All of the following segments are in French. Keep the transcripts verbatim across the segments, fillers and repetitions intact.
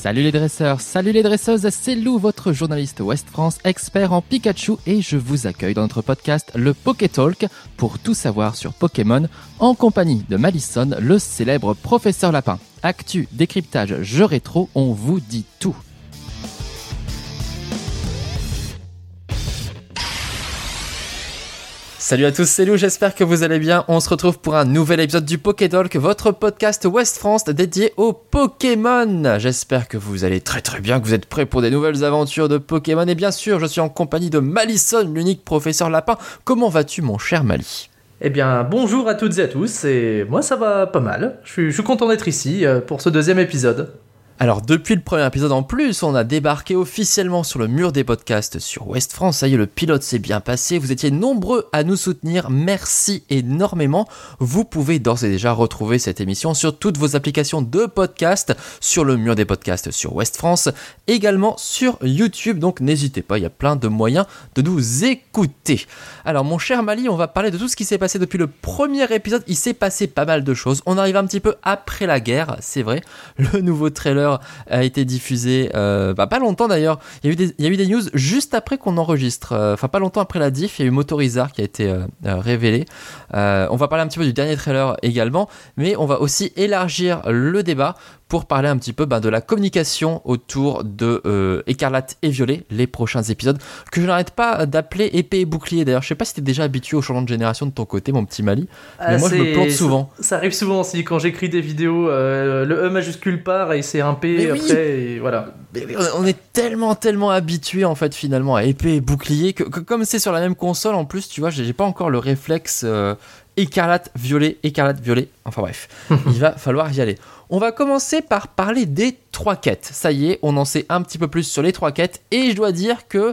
Salut les dresseurs, salut les dresseuses, c'est Lou, votre journaliste Ouest France, expert en Pikachu, et je vous accueille dans notre podcast le Pokétalk pour tout savoir sur Pokémon, en compagnie de Malison, le célèbre professeur lapin. Actu, décryptage, jeux rétro, on vous dit tout. Salut à tous, c'est Lou, j'espère que vous allez bien. On se retrouve pour un nouvel épisode du Pokétalk, votre podcast Ouest France dédié aux Pokémon. J'espère que vous allez très très bien, que vous êtes prêts pour des nouvelles aventures de Pokémon. Et bien sûr, je suis en compagnie de Malison, l'unique professeur lapin. Comment vas-tu, mon cher Mali ? Eh bien, bonjour à toutes et à tous, et moi ça va pas mal. Je suis, je suis content d'être ici pour ce deuxième épisode. Alors depuis le premier épisode en plus, on a débarqué officiellement sur le mur des podcasts sur Ouest France. Ça y est, le pilote s'est bien passé, vous étiez nombreux à nous soutenir, merci énormément. Vous pouvez d'ores et déjà retrouver cette émission sur toutes vos applications de podcast, sur le mur des podcasts sur Ouest France, également sur YouTube, donc n'hésitez pas, il y a plein de moyens de nous écouter. Alors mon cher Mali, on va parler de tout ce qui s'est passé depuis le premier épisode. Il s'est passé pas mal de choses, on arrive un petit peu après la guerre, c'est vrai, le nouveau trailer a été diffusé euh, bah, pas longtemps d'ailleurs. Il y, a eu des, il y a eu des news juste après qu'on enregistre, enfin euh, pas longtemps après la diff. Il y a eu Motorizard qui a été euh, euh, révélé. Euh, on va parler un petit peu du dernier trailer également, mais on va aussi élargir le débat pour parler un petit peu bah, de la communication autour de euh, Écarlate et Violet, les prochains épisodes, que je n'arrête pas d'appeler épée et bouclier. D'ailleurs, je sais pas si t'es déjà habitué au changement de génération de ton côté, mon petit Mali, mais ah, moi je me plante souvent. Ça, ça arrive souvent aussi, quand j'écris des vidéos, euh, le E majuscule part et c'est un P mais après, oui. Et voilà. Mais on est tellement, tellement habitué en fait finalement à épée et bouclier, que, que comme c'est sur la même console en plus, tu vois, j'ai, j'ai pas encore le réflexe euh, écarlate, violet, écarlate, violet, enfin bref, il va falloir y aller. On va commencer par parler des trois quêtes. Ça y est, on en sait un petit peu plus sur les trois quêtes et je dois dire que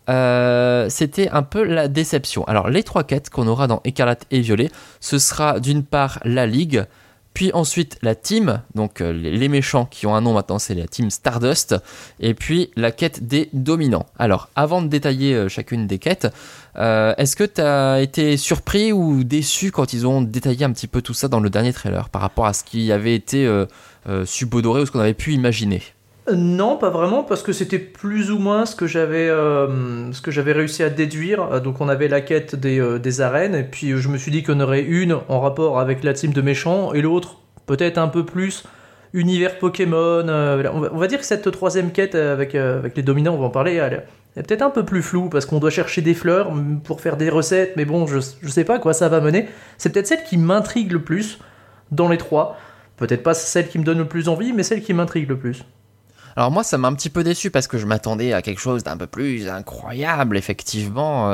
euh, c'était un peu la déception. Alors les trois quêtes qu'on aura dans Écarlate et Violet, ce sera d'une part la Ligue, puis ensuite la team, donc euh, les, les méchants qui ont un nom maintenant, c'est la team Stardust, et puis la quête des dominants. Alors avant de détailler euh, chacune des quêtes, euh, est-ce que tu as été surpris ou déçu quand ils ont détaillé un petit peu tout ça dans le dernier trailer par rapport à ce qui avait été euh, euh, subodoré ou ce qu'on avait pu imaginer ? Non, pas vraiment, parce que c'était plus ou moins ce que j'avais, euh, ce que j'avais réussi à déduire. Donc on avait la quête des, euh, des arènes, et puis je me suis dit qu'on aurait une en rapport avec la team de méchants, et l'autre peut-être un peu plus univers Pokémon. Euh, on, va, on va dire que cette troisième quête avec, euh, avec les dominants, on va en parler, elle, elle est peut-être un peu plus floue, parce qu'on doit chercher des fleurs pour faire des recettes, mais bon, je, je sais pas à quoi ça va mener. C'est peut-être celle qui m'intrigue le plus dans les trois. Peut-être pas celle qui me donne le plus envie, mais celle qui m'intrigue le plus. Alors moi ça m'a un petit peu déçu parce que je m'attendais à quelque chose d'un peu plus incroyable effectivement,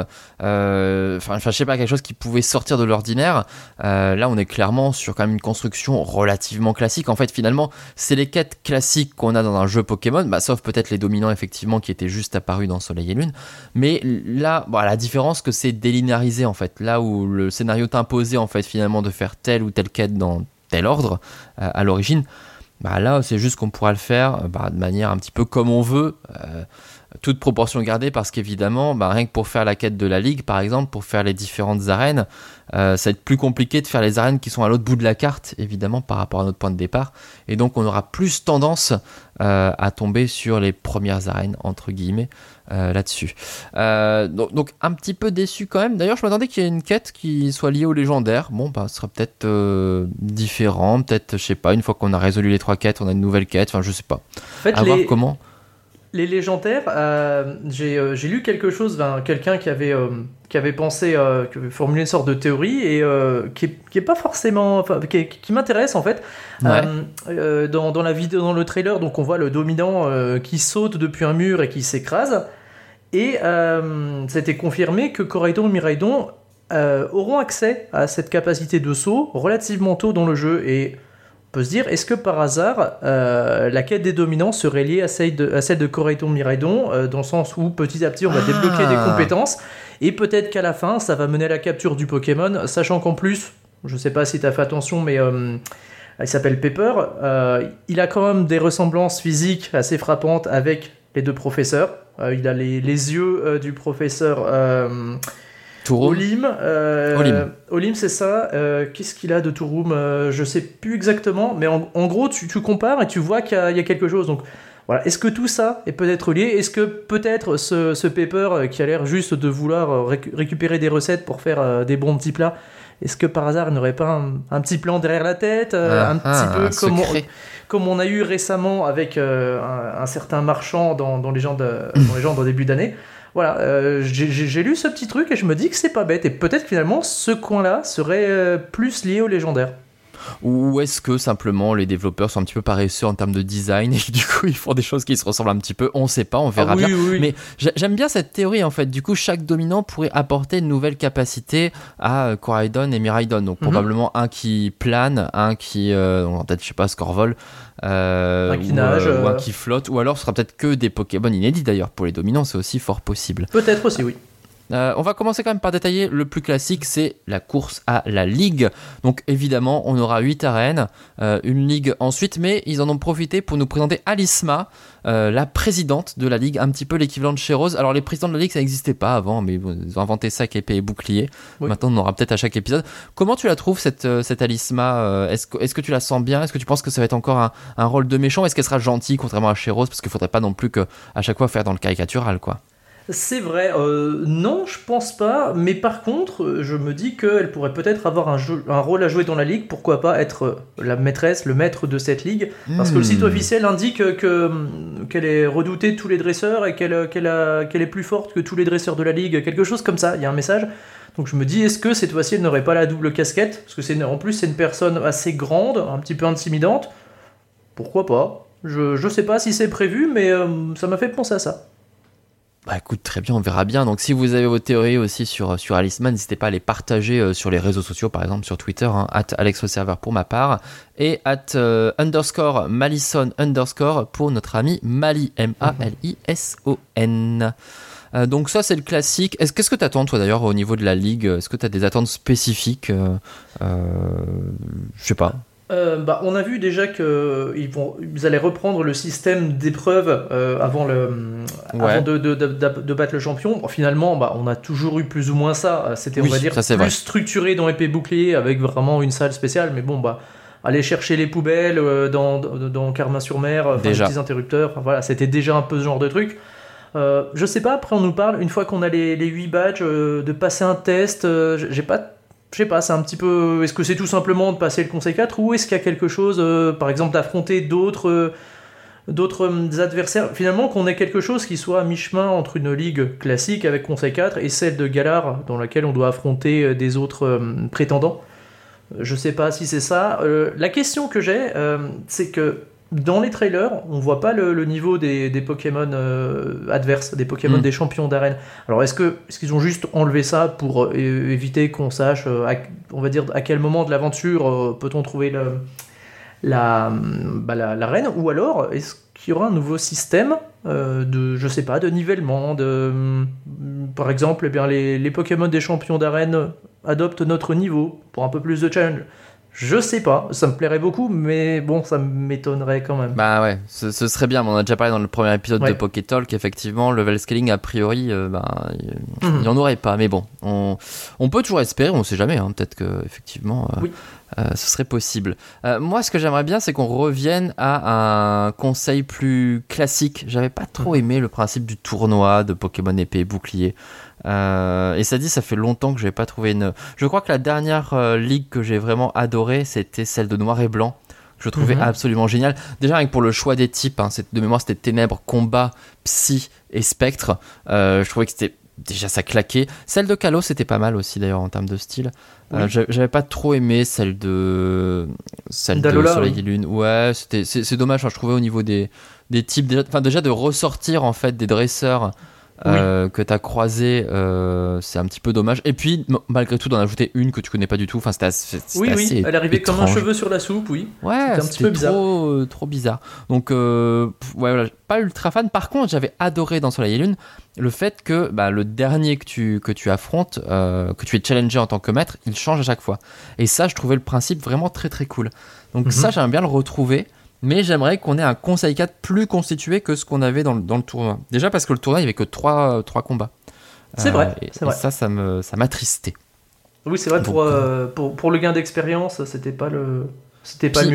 euh, enfin je sais pas, quelque chose qui pouvait sortir de l'ordinaire. Euh, là on est clairement sur quand même une construction relativement classique. En fait finalement c'est les quêtes classiques qu'on a dans un jeu Pokémon, bah, sauf peut-être les dominants effectivement qui étaient juste apparus dans Soleil et Lune. Mais là bon, la différence que c'est délinéarisé en fait, là où le scénario t'imposait en fait finalement de faire telle ou telle quête dans tel ordre euh, à l'origine. Bah là, c'est juste qu'on pourra le faire bah, de manière un petit peu comme on veut, euh, toute proportion gardée, parce qu'évidemment, bah, rien que pour faire la quête de la Ligue, par exemple, pour faire les différentes arènes, euh, ça va être plus compliqué de faire les arènes qui sont à l'autre bout de la carte, évidemment, par rapport à notre point de départ. Et donc, on aura plus tendance euh, à tomber sur les premières arènes, entre guillemets, euh, là-dessus. Euh, donc, donc, un petit peu déçu quand même. D'ailleurs, je m'attendais qu'il y ait une quête qui soit liée au légendaire. Bon, bah, ce serait peut-être euh, différent. Peut-être, je sais pas, une fois qu'on a résolu les trois quêtes, on a une nouvelle quête. Enfin, je sais pas. En fait, à les... voir comment... Les légendaires, euh, j'ai, euh, j'ai lu quelque chose, ben, quelqu'un qui avait, euh, qui avait pensé, euh, qui avait formulé une sorte de théorie et euh, qui, est, qui est pas forcément, enfin, qui, qui m'intéresse en fait. Ouais. Euh, euh, dans, dans la vidéo, dans le trailer, donc on voit le dominant euh, qui saute depuis un mur et qui s'écrase. Et euh, c'était confirmé que Koraidon et Miraidon euh, auront accès à cette capacité de saut relativement tôt dans le jeu. Et peut se dire, est-ce que par hasard euh, la quête des dominants serait liée à celle de, à celle de Koraidon Miraidon, euh, dans le sens où petit à petit on va ah. débloquer des compétences et peut-être qu'à la fin ça va mener à la capture du Pokémon, sachant qu'en plus, je sais pas si t'as fait attention, mais euh, il s'appelle Pepper, euh, il a quand même des ressemblances physiques assez frappantes avec les deux professeurs. Euh, il a les, les yeux euh, du professeur euh, Olim, euh, Olim. Olim, c'est ça. Euh, qu'est-ce qu'il a de Touroum euh, Je sais plus exactement, mais en, en gros, tu, tu compares et tu vois qu'il y a, il y a quelque chose. Donc, Voilà. Est-ce que tout ça est peut-être lié ? Est-ce que peut-être ce, ce paper qui a l'air juste de vouloir réc- récupérer des recettes pour faire euh, des bons petits plats, est-ce que par hasard il n'aurait pas un, un petit plan derrière la tête, euh, ah, un ah, petit peu un comme on, secret. comme on a eu récemment avec euh, un, un certain marchand dans, dans, les gens de, dans les gens dans début d'année. Voilà, euh, j'ai, j'ai, j'ai lu ce petit truc et je me dis que c'est pas bête. Et peut-être que finalement ce coin-là serait euh, plus lié au légendaire. Ou est-ce que simplement les développeurs sont un petit peu paresseux en termes de design et du coup ils font des choses qui se ressemblent un petit peu, on sait pas, on verra ah, oui, bien. Oui, oui. Mais j'aime bien cette théorie en fait, du coup chaque dominant pourrait apporter une nouvelle capacité à Koraidon et Miraidon, donc mm-hmm. probablement un qui plane, un qui, euh, peut-être je sais pas, scorevole, euh, un qui ou, nage, euh, euh... ou un qui flotte, ou alors ce sera peut-être que des Pokémon inédits d'ailleurs, pour les dominants c'est aussi fort possible. Peut-être aussi, oui. Euh, on va commencer quand même par détailler le plus classique, c'est la course à la ligue. Donc évidemment, on aura huit arènes, euh, une ligue ensuite, mais ils en ont profité pour nous présenter Alisma, euh, la présidente de la ligue, un petit peu l'équivalent de chez Rose. Alors les présidents de la ligue, ça n'existait pas avant, mais bon, ils ont inventé ça avec épée et bouclier. Oui. Maintenant, on en aura peut-être à chaque épisode. Comment tu la trouves cette, cette Alisma euh, est-ce, que, est-ce que tu la sens bien ? Est-ce que tu penses que ça va être encore un, un rôle de méchant ? Est-ce qu'elle sera gentille, contrairement à chez Rose ? Parce qu'il ne faudrait pas non plus qu'à chaque fois faire dans le caricatural, quoi. C'est vrai, euh, non, je pense pas, mais par contre, je me dis qu'elle pourrait peut-être avoir un, jeu, un rôle à jouer dans la ligue, pourquoi pas être la maîtresse, le maître de cette ligue, parce que le site officiel indique que, qu'elle est redoutée de tous les dresseurs et qu'elle, qu'elle, a, qu'elle est plus forte que tous les dresseurs de la ligue, quelque chose comme ça, il y a un message. Donc je me dis, est-ce que cette fois-ci elle n'aurait pas la double casquette ? Parce que c'est, en plus c'est une personne assez grande, un petit peu intimidante, pourquoi pas ? Je, je sais pas si c'est prévu, mais euh, ça m'a fait penser à ça. Bah écoute, très bien, on verra bien. Donc si vous avez vos théories aussi sur, sur Alisma, n'hésitez pas à les partager euh, sur les réseaux sociaux, par exemple sur Twitter, hein, at AlexOserver pour ma part, et at euh, underscore Malison underscore pour notre ami Mali, M A L I S O N. Euh, donc ça c'est le classique. Est-ce, qu'est-ce que tu attends toi d'ailleurs au niveau de la ligue ? Est-ce que tu as des attentes spécifiques ? euh, euh, Je sais pas. Euh, bah, on a vu déjà qu'ils vont, ils allaient reprendre le système d'épreuves euh, avant, le, ouais. avant de, de, de, de, de battre le champion. Bon, finalement, bah, on a toujours eu plus ou moins ça. C'était, oui, on va dire, ça, plus vrai. structuré dans épée bouclier avec vraiment une salle spéciale. Mais bon, bah, aller chercher les poubelles euh, dans, dans, dans Carmin-sur-Mer, les petits interrupteurs, voilà, c'était déjà un peu ce genre de truc. Euh, je sais pas, après on nous parle, une fois qu'on a les, les huit badges, euh, de passer un test. Euh, j'ai pas. Je sais pas, c'est un petit peu... Est-ce que c'est tout simplement de passer le conseil quatre ou est-ce qu'il y a quelque chose, euh, par exemple, d'affronter d'autres, euh, d'autres euh, adversaires ? Finalement, qu'on ait quelque chose qui soit à mi-chemin entre une ligue classique avec conseil quatre et celle de Galar, dans laquelle on doit affronter euh, des autres euh, prétendants. Je sais pas si c'est ça. Euh, la question que j'ai, euh, c'est que dans les trailers, on voit pas le, le niveau des, des Pokémon euh, adverses, des Pokémon mmh. des champions d'arène. Alors est-ce que est-ce qu'ils ont juste enlevé ça pour euh, éviter qu'on sache, euh, à, on va dire à quel moment de l'aventure euh, peut-on trouver le, la, bah, la l'arène, ou alors est-ce qu'il y aura un nouveau système euh, de, je sais pas, de nivellement, de, par exemple, eh bien les, les Pokémon des champions d'arène adoptent notre niveau pour un peu plus de challenge. Je sais pas, ça me plairait beaucoup, mais bon, ça m'étonnerait quand même. Bah ouais, ce, ce serait bien, mais on a déjà parlé dans le premier épisode ouais. de Pokétalk, effectivement, level scaling, a priori, euh, bah, il n'y mmh. en aurait pas, mais bon, on, on peut toujours espérer, on sait jamais, hein, peut-être que effectivement, euh, oui. euh, ce serait possible. Euh, moi, ce que j'aimerais bien, c'est qu'on revienne à un conseil plus classique. J'avais pas trop mmh. aimé le principe du tournoi de Pokémon épée et bouclier. Euh, et ça dit, ça fait longtemps que je n'ai pas trouvé une. Je crois que la dernière euh, ligue que j'ai vraiment adorée, c'était celle de Noir et Blanc. Je trouvais mm-hmm. absolument génial. Déjà, rien que pour le choix des types, hein, de mémoire, c'était Ténèbres, Combat, Psy et Spectre. Euh, je trouvais que c'était. Déjà, ça claquait. Celle de Kalos, c'était pas mal aussi, d'ailleurs, en termes de style. Oui. Euh, j'avais pas trop aimé celle de. Celle D'Alola, de Soleil oui. et Lune. Ouais, c'était, c'est, c'est dommage, hein, je trouvais au niveau des, des types. Déjà, enfin, déjà de ressortir, en fait, des dresseurs. Euh, oui. que tu as croisé, euh, c'est un petit peu dommage. Et puis, m- malgré tout, d'en ajouter une que tu connais pas du tout. Enfin, c'était assez, c'était oui, assez oui, elle arrivait étrange. comme un cheveu sur la soupe, oui. Ouais, c'était un c'était petit peu bizarre. Trop, euh, trop bizarre. Donc, euh, ouais, voilà, pas ultra fan. Par contre, j'avais adoré dans Soleil et Lune le fait que bah, le dernier que tu, que tu affrontes, euh, que tu es challengé en tant que maître, il change à chaque fois. Et ça, je trouvais le principe vraiment très très cool. Donc, mm-hmm. ça, j'aimerais bien le retrouver. Mais j'aimerais qu'on ait un conseil quatre plus constitué que ce qu'on avait dans le, dans le tournoi. Déjà parce que le tournoi, il n'y avait que trois combats. C'est euh, vrai, et, c'est vrai. Et ça, ça, me, ça m'attristait. Oui, c'est vrai, Donc, pour, euh, pour, pour le gain d'expérience, c'était pas le, c'était pas puis, mieux.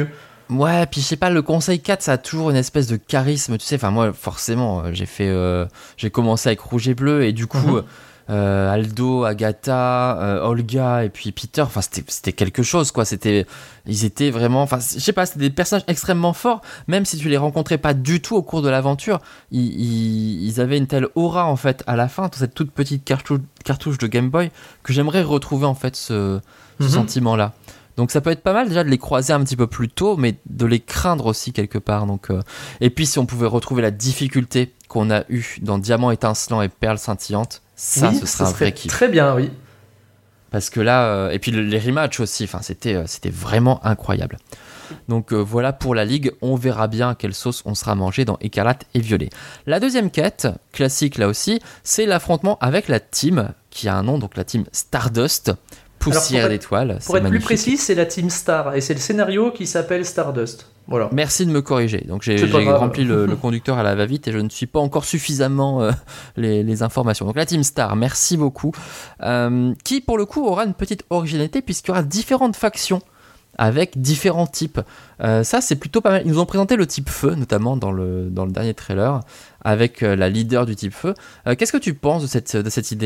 Ouais, puis je sais pas, le Conseil quatre, ça a toujours une espèce de charisme, tu sais. Enfin, moi, forcément, j'ai fait, euh, j'ai commencé avec Rouge et Bleu, et du coup, mm-hmm. euh, Aldo, Agatha, euh, Olga, et puis Peter, enfin, c'était, c'était quelque chose, quoi. C'était, ils étaient vraiment, enfin, je sais pas, c'était des personnages extrêmement forts, même si tu les rencontrais pas du tout au cours de l'aventure. Ils, ils, ils avaient une telle aura, en fait, à la fin, cette toute petite cartouche, cartouche de Game Boy, que j'aimerais retrouver, en fait, ce, ce mm-hmm. sentiment-là. Donc ça peut être pas mal déjà de les croiser un petit peu plus tôt, mais de les craindre aussi quelque part. Donc, euh... Et puis si on pouvait retrouver la difficulté qu'on a eue dans Diamant étincelant et Perle scintillante, ça oui, ce serait un vrai kiff. Très bien, oui. Parce que là, euh... et puis les rematchs aussi, enfin, c'était, euh, c'était vraiment incroyable. Donc euh, voilà pour la Ligue, on verra bien quelle sauce on sera mangé dans Écarlate et Violet. La deuxième quête, classique là aussi, c'est l'affrontement avec la team, qui a un nom, donc la team Stardust. Poussière d'étoiles. Pour être magnifique. Plus précis, c'est la Team Star et c'est le scénario qui s'appelle Stardust. Voilà. Merci de me corriger. Donc j'ai, j'ai rempli le, le conducteur à la va-vite et je ne suis pas encore suffisamment euh, les, les informations. Donc la Team Star, merci beaucoup. Euh, qui pour le coup aura une petite originalité puisqu'il y aura différentes factions avec différents types. Euh, ça c'est plutôt pas mal. Ils nous ont présenté le type feu, notamment dans le, dans le dernier trailer, avec euh, la leader du type feu. Euh, qu'est-ce que tu penses de cette, de cette idée ?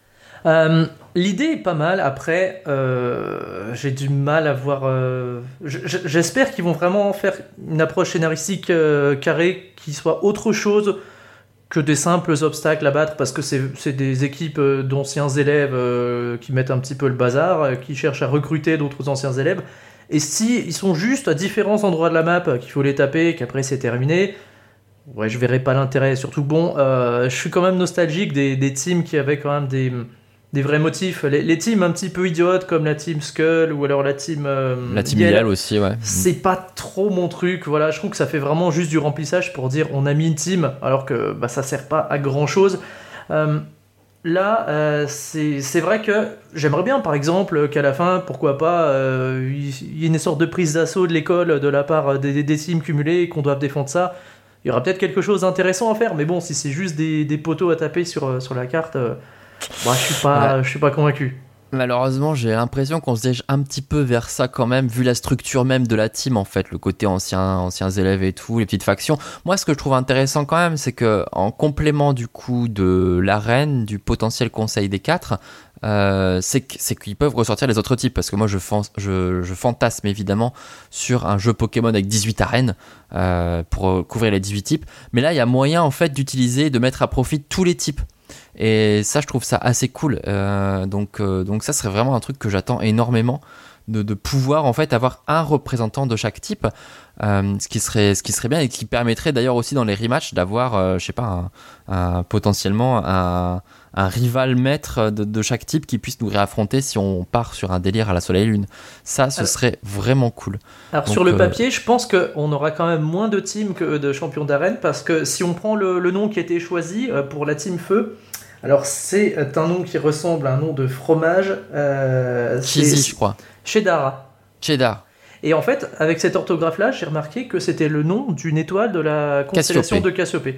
Euh, l'idée est pas mal. Après, euh, j'ai du mal à voir. Euh, j'espère qu'ils vont vraiment faire une approche scénaristique euh, carrée qui soit autre chose que des simples obstacles à battre, parce que c'est, c'est des équipes d'anciens élèves euh, qui mettent un petit peu le bazar, euh, qui cherchent à recruter d'autres anciens élèves. Et si ils sont juste à différents endroits de la map, qu'il faut les taper, qu'après c'est terminé. Ouais, je verrai pas l'intérêt. Surtout bon, euh, je suis quand même nostalgique des, des teams qui avaient quand même des des vrais motifs. Les, les teams un petit peu idiotes comme la team Skull ou alors la team euh, la team Yell aussi, ouais. C'est pas trop mon truc. Voilà, je trouve que ça fait vraiment juste du remplissage pour dire on a mis une team alors que bah, ça sert pas à grand chose. Euh, là, euh, c'est, c'est vrai que j'aimerais bien par exemple qu'à la fin, pourquoi pas, euh, il y ait une sorte de prise d'assaut de l'école de la part des, des teams cumulés et qu'on doive défendre ça. Il y aura peut-être quelque chose d'intéressant à faire, mais bon, si c'est juste des, des poteaux à taper sur, sur la carte. Euh, Moi, je suis pas, ouais. je suis pas convaincu. Malheureusement, j'ai l'impression qu'on se dirige un petit peu vers ça quand même, vu la structure même de la team, en fait, le côté anciens, anciens élèves et tout, les petites factions. Moi, ce que je trouve intéressant quand même, c'est que en complément du coup de l'arène, du potentiel conseil des quatre, euh, c'est, c'est qu'ils peuvent ressortir les autres types. Parce que moi, je, fan, je, je fantasme évidemment sur un jeu Pokémon avec dix-huit arènes euh, pour couvrir les dix-huit types. Mais là, il y a moyen en fait d'utiliser, de mettre à profit tous les types. Et ça, je trouve ça assez cool. Euh, donc, euh, donc ça serait vraiment un truc que j'attends énormément, de, de pouvoir en fait avoir un représentant de chaque type, euh, ce qui serait, ce qui serait bien et qui permettrait d'ailleurs aussi dans les rematchs d'avoir, euh, je sais pas, un, un, potentiellement un, un rival maître de, de chaque type qui puisse nous réaffronter si on part sur un délire à la Soleil et Lune. Ça, ce serait vraiment cool. Alors donc, sur le papier, euh... je pense qu'on aura quand même moins de teams que de champions d'arène, parce que si on prend le, le nom qui a été choisi pour la team Feu, alors c'est un nom qui ressemble à un nom de fromage. Euh, Cheesy, je crois. Cheddar. Cheddar. Et en fait, avec cette orthographe-là, j'ai remarqué que c'était le nom d'une étoile de la constellation Cassiopée. de Cassiopée.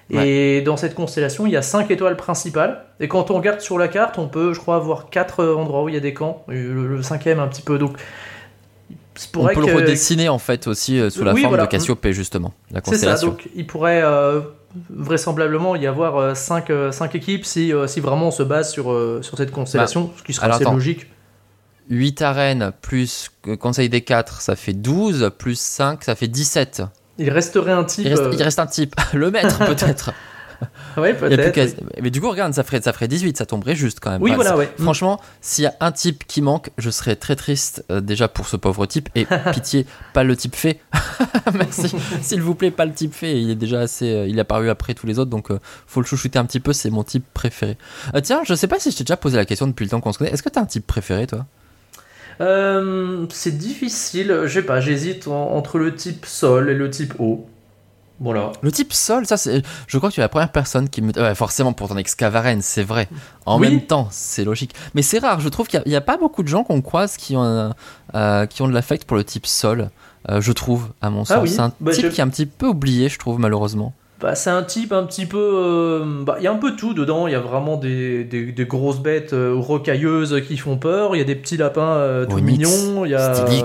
Et ouais. Dans cette constellation, il y a cinq étoiles principales. Et quand on regarde sur la carte, on peut, je crois, voir quatre endroits où il y a des camps. Le, le cinquième, un petit peu. Donc, on peut que... le redessiner en fait aussi euh, sous la oui, forme voilà. de Cassiopée, justement. La constellation. C'est ça. Donc, il pourrait euh, vraisemblablement y avoir cinq équipes si, euh, si vraiment on se base sur, euh, sur cette constellation, bah, ce qui serait assez attends. logique. huit arènes plus Conseil des quatre, ça fait douze, plus cinq, ça fait dix-sept. Il resterait un type. Il reste, il reste un type. Le maître, peut-être. Oui, peut-être. Oui. Mais du coup, regarde, ça ferait, ça ferait dix-huit, ça tomberait juste quand même. Oui, enfin, voilà, ouais. Franchement, s'il y a un type qui manque, je serais très triste euh, déjà pour ce pauvre type. Et pitié, pas le type fée. Merci. S'il vous plaît, pas le type fée. Il est déjà assez. Euh, il est apparu après tous les autres, donc euh, faut le chouchouter un petit peu. C'est mon type préféré. Euh, tiens, je sais pas si je t'ai déjà posé la question depuis le temps qu'on se connaît. Est-ce que t'as un type préféré, toi ? Euh, c'est difficile, je sais pas, j'hésite en, entre le type sol et le type eau. Voilà. Le type sol, ça c'est, je crois que tu es la première personne qui me... Ouais, forcément pour ton ex-Cavaren, c'est vrai. En oui. même temps, c'est logique. Mais c'est rare, je trouve qu'il n'y a, a pas beaucoup de gens qu'on croise qui ont, un, euh, qui ont de l'affect pour le type sol, euh, je trouve, à mon sens. Ah oui. C'est un bah, type je... qui est un petit peu oublié, je trouve, malheureusement. Bah, c'est un type un petit peu... Il euh, bah, y a un peu tout dedans. Il y a vraiment des, des, des grosses bêtes euh, rocailleuses qui font peur. Il y a des petits lapins euh, tout Onyx, mignons. Il y a Stylix.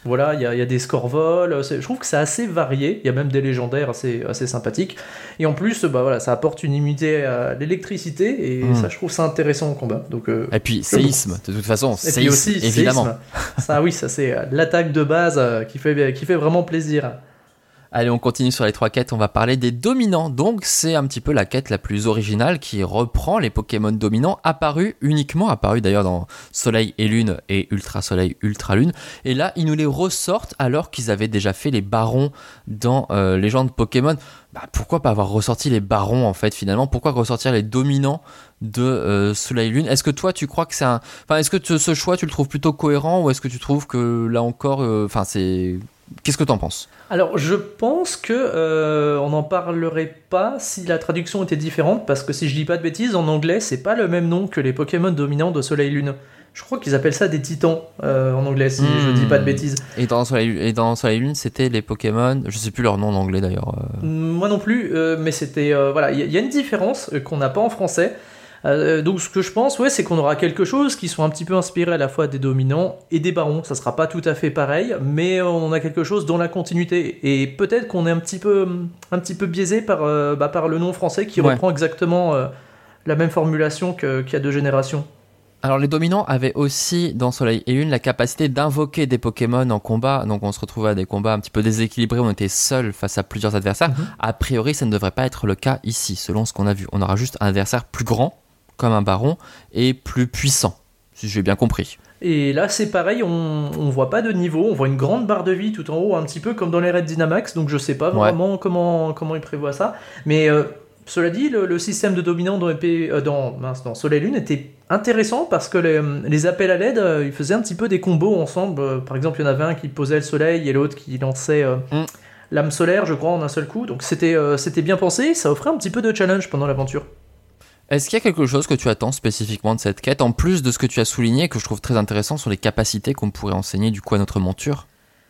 Voilà, il y, y a des score-vols, je trouve que c'est assez varié, il y a même des légendaires assez, assez sympathiques. Et en plus, bah, voilà, ça apporte une immunité à l'électricité, et mmh. ça, je trouve ça intéressant au combat. Donc, euh, et puis, séisme, de toute façon, et séisme, aussi, évidemment. Séisme. Ça, oui, ça c'est l'attaque de base euh, qui, fait, qui fait vraiment plaisir. Allez, on continue sur les trois quêtes, on va parler des dominants. Donc, c'est un petit peu la quête la plus originale qui reprend les Pokémon dominants apparus uniquement, apparus d'ailleurs dans Soleil et Lune et Ultra Soleil, Ultra Lune. Et là, ils nous les ressortent alors qu'ils avaient déjà fait les barons dans euh, Légende Pokémon. Bah, pourquoi pas avoir ressorti les barons en fait finalement? Pourquoi ressortir les dominants de euh, Soleil Lune? Est-ce que toi tu crois que c'est un... Enfin, est-ce que te, ce choix tu le trouves plutôt cohérent, ou est-ce que tu trouves que là encore, enfin euh, c'est... Qu'est-ce que t'en penses? Alors, je pense que euh, on n'en parlerait pas si la traduction était différente, parce que si je dis pas de bêtises, en anglais, c'est pas le même nom que les Pokémon dominants de Soleil Lune. Je crois qu'ils appellent ça des titans euh, en anglais, si mmh. je dis pas de bêtises. Et dans Soleil, et dans Soleil Lune, c'était les Pokémon, je sais plus leur nom en anglais d'ailleurs. Euh... Moi non plus, euh, mais c'était euh, voilà, il y, y a une différence euh, qu'on n'a pas en français. Euh, donc ce que je pense, ouais, c'est qu'on aura quelque chose qui soit un petit peu inspiré à la fois des dominants et des barons. Ça sera pas tout à fait pareil, mais on a quelque chose dans la continuité. Et peut-être qu'on est un petit peu, un petit peu biaisé par, euh, bah, par le nom français qui ouais. reprend exactement euh, la même formulation que, qu'il y a deux générations. Alors les dominants avaient aussi dans Soleil et Lune la capacité d'invoquer des Pokémon en combat, donc on se retrouvait à des combats un petit peu déséquilibrés, on était seul face à plusieurs adversaires. Mm-hmm. A priori ça ne devrait pas être le cas ici, selon ce qu'on a vu. On aura juste un adversaire plus grand, comme un baron, et plus puissant, si j'ai bien compris. Et là c'est pareil, on, on voit pas de niveau, on voit une grande barre de vie tout en haut, un petit peu comme dans les Red Dynamax, donc je sais pas vraiment ouais. comment, comment ils prévoient ça, mais... Euh, Cela dit, le, le système de dominant dans, euh, dans, mince, dans Soleil Lune était intéressant parce que les, les appels à l'aide, euh, ils faisaient un petit peu des combos ensemble. Euh, par exemple, il y en avait un qui posait le soleil et l'autre qui lançait euh, mm. l'âme solaire, je crois, en un seul coup. Donc c'était, euh, c'était bien pensé, ça offrait un petit peu de challenge pendant l'aventure. Est-ce qu'il y a quelque chose que tu attends spécifiquement de cette quête, en plus de ce que tu as souligné, que je trouve très intéressant sur les capacités qu'on pourrait enseigner du coup à notre monture?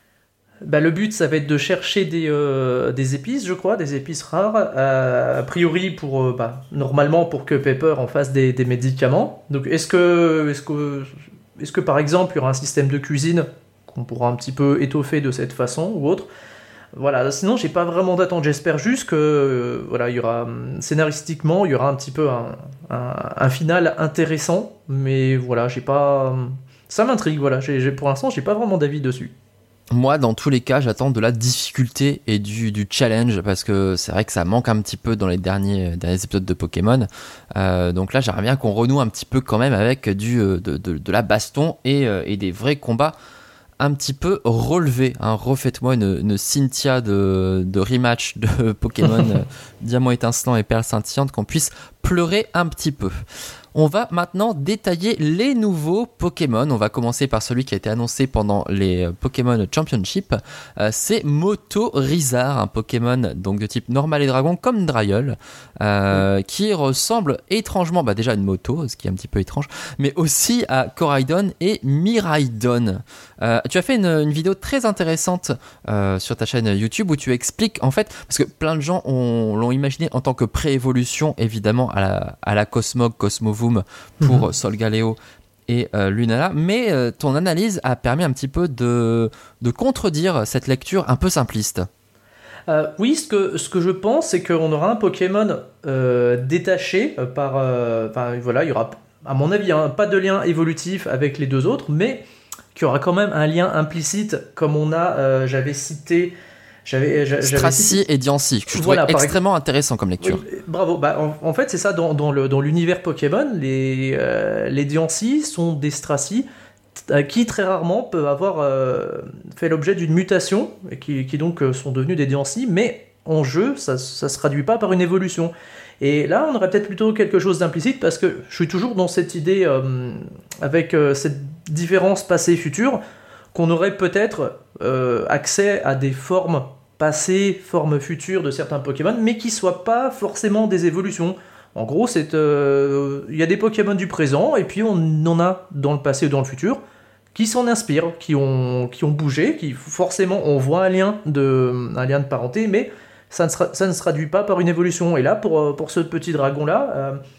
Bah, le but, ça va être de chercher des, euh, des épices, je crois, des épices rares, euh, a priori pour, euh, bah, normalement pour que Pepper en fasse des, des médicaments. Donc est-ce que, est-ce que, est-ce que par exemple il y aura un système de cuisine qu'on pourra un petit peu étoffer de cette façon ou autre? Voilà, sinon j'ai pas vraiment d'attente, j'espère juste que euh, voilà, il y aura, scénaristiquement, il y aura un petit peu un, un, un final intéressant, mais voilà, j'ai pas... Ça m'intrigue, voilà, j'ai, j'ai, pour l'instant j'ai pas vraiment d'avis dessus. Moi, dans tous les cas, j'attends de la difficulté et du, du challenge, parce que c'est vrai que ça manque un petit peu dans les derniers, derniers épisodes de Pokémon. Euh, donc là, j'aimerais bien qu'on renoue un petit peu quand même avec du, de, de, de la baston et, et des vrais combats un petit peu relevés. Hein. Refaites-moi une, une Cynthia de, de rematch de Pokémon Diamant étincelant et Perle scintillante, qu'on puisse pleurer un petit peu. On va maintenant détailler les nouveaux Pokémon. On va commencer par celui qui a été annoncé pendant les Pokémon Championship. Euh, c'est Motorizard, un Pokémon donc de type normal et dragon comme Draeul, euh, mmh. qui ressemble étrangement, bah déjà à une moto, ce qui est un petit peu étrange, mais aussi à Coraidon et Miraidon. Euh, tu as fait une, une vidéo très intéressante euh, sur ta chaîne YouTube où tu expliques en fait, parce que plein de gens ont, l'ont imaginé en tant que pré-évolution évidemment à la, à la Cosmog, Cosmovoom pour mmh. Solgaleo et euh, Lunala, mais euh, ton analyse a permis un petit peu de, de contredire cette lecture un peu simpliste. Euh, oui, ce que, ce que je pense, c'est qu'on aura un Pokémon euh, détaché par... Enfin, euh, voilà, il y aura, à mon avis, hein, pas de lien évolutif avec les deux autres, mais qu'il y aura quand même un lien implicite, comme on a, euh, j'avais cité... J'avais, j'avais Stracy cité... et Diancie, que je voilà, trouvais extrêmement ex... intéressant comme lecture. Oui, bravo. Bah, en, en fait, c'est ça, dans, dans, le, dans l'univers Pokémon, les, euh, les Diancie sont des Stracy t- qui, très rarement, peuvent avoir euh, fait l'objet d'une mutation, et qui, qui donc euh, sont devenus des Diancie, mais en jeu, ça ne se traduit pas par une évolution. Et là, on aurait peut-être plutôt quelque chose d'implicite, parce que je suis toujours dans cette idée, euh, avec euh, cette différence passé-futur, qu'on aurait peut-être euh, accès à des formes passées, formes futures de certains Pokémon, mais qui ne soient pas forcément des évolutions. En gros, il euh, y a des Pokémon du présent, et puis on en a dans le passé ou dans le futur, qui s'en inspirent, qui ont, qui ont bougé, qui forcément, on voit un lien de, un lien de parenté, mais ça ne, sera, ça ne se traduit pas par une évolution. Et là, pour, pour ce petit dragon-là... Euh,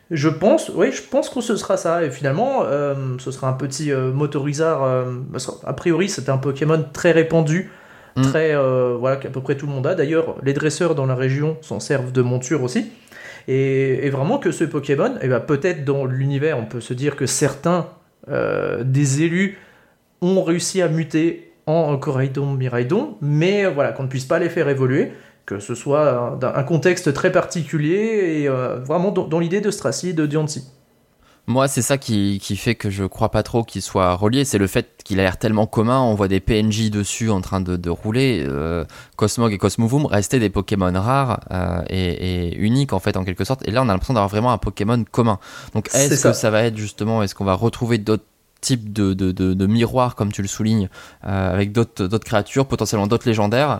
Je pense, oui, je pense que ce sera ça. Et finalement, euh, ce sera un petit euh, Motorizard. Euh, a priori, c'était un Pokémon très répandu, mm. très euh, voilà, qu'à peu près tout le monde a. D'ailleurs, les dresseurs dans la région s'en servent de monture aussi. Et, et vraiment que ce Pokémon, eh ben, peut-être dans l'univers, on peut se dire que certains euh, des élus ont réussi à muter en Coraidon, Miraidon, mais voilà, qu'on ne puisse pas les faire évoluer. Que ce soit un, un contexte très particulier et euh, vraiment dans, dans l'idée de Stracy et de Diancie. Moi, c'est ça qui, qui fait que je crois pas trop qu'il soit relié, c'est le fait qu'il a l'air tellement commun, on voit des P N J dessus en train de, de rouler. Euh, Cosmog et Cosmovoom restaient des Pokémon rares euh, et, et uniques en fait en quelque sorte, et là on a l'impression d'avoir vraiment un Pokémon commun. Donc est-ce c'est que ça. ça va être justement, est-ce qu'on va retrouver d'autres types de, de, de, de miroirs comme tu le soulignes, euh, avec d'autres, d'autres créatures, potentiellement d'autres légendaires?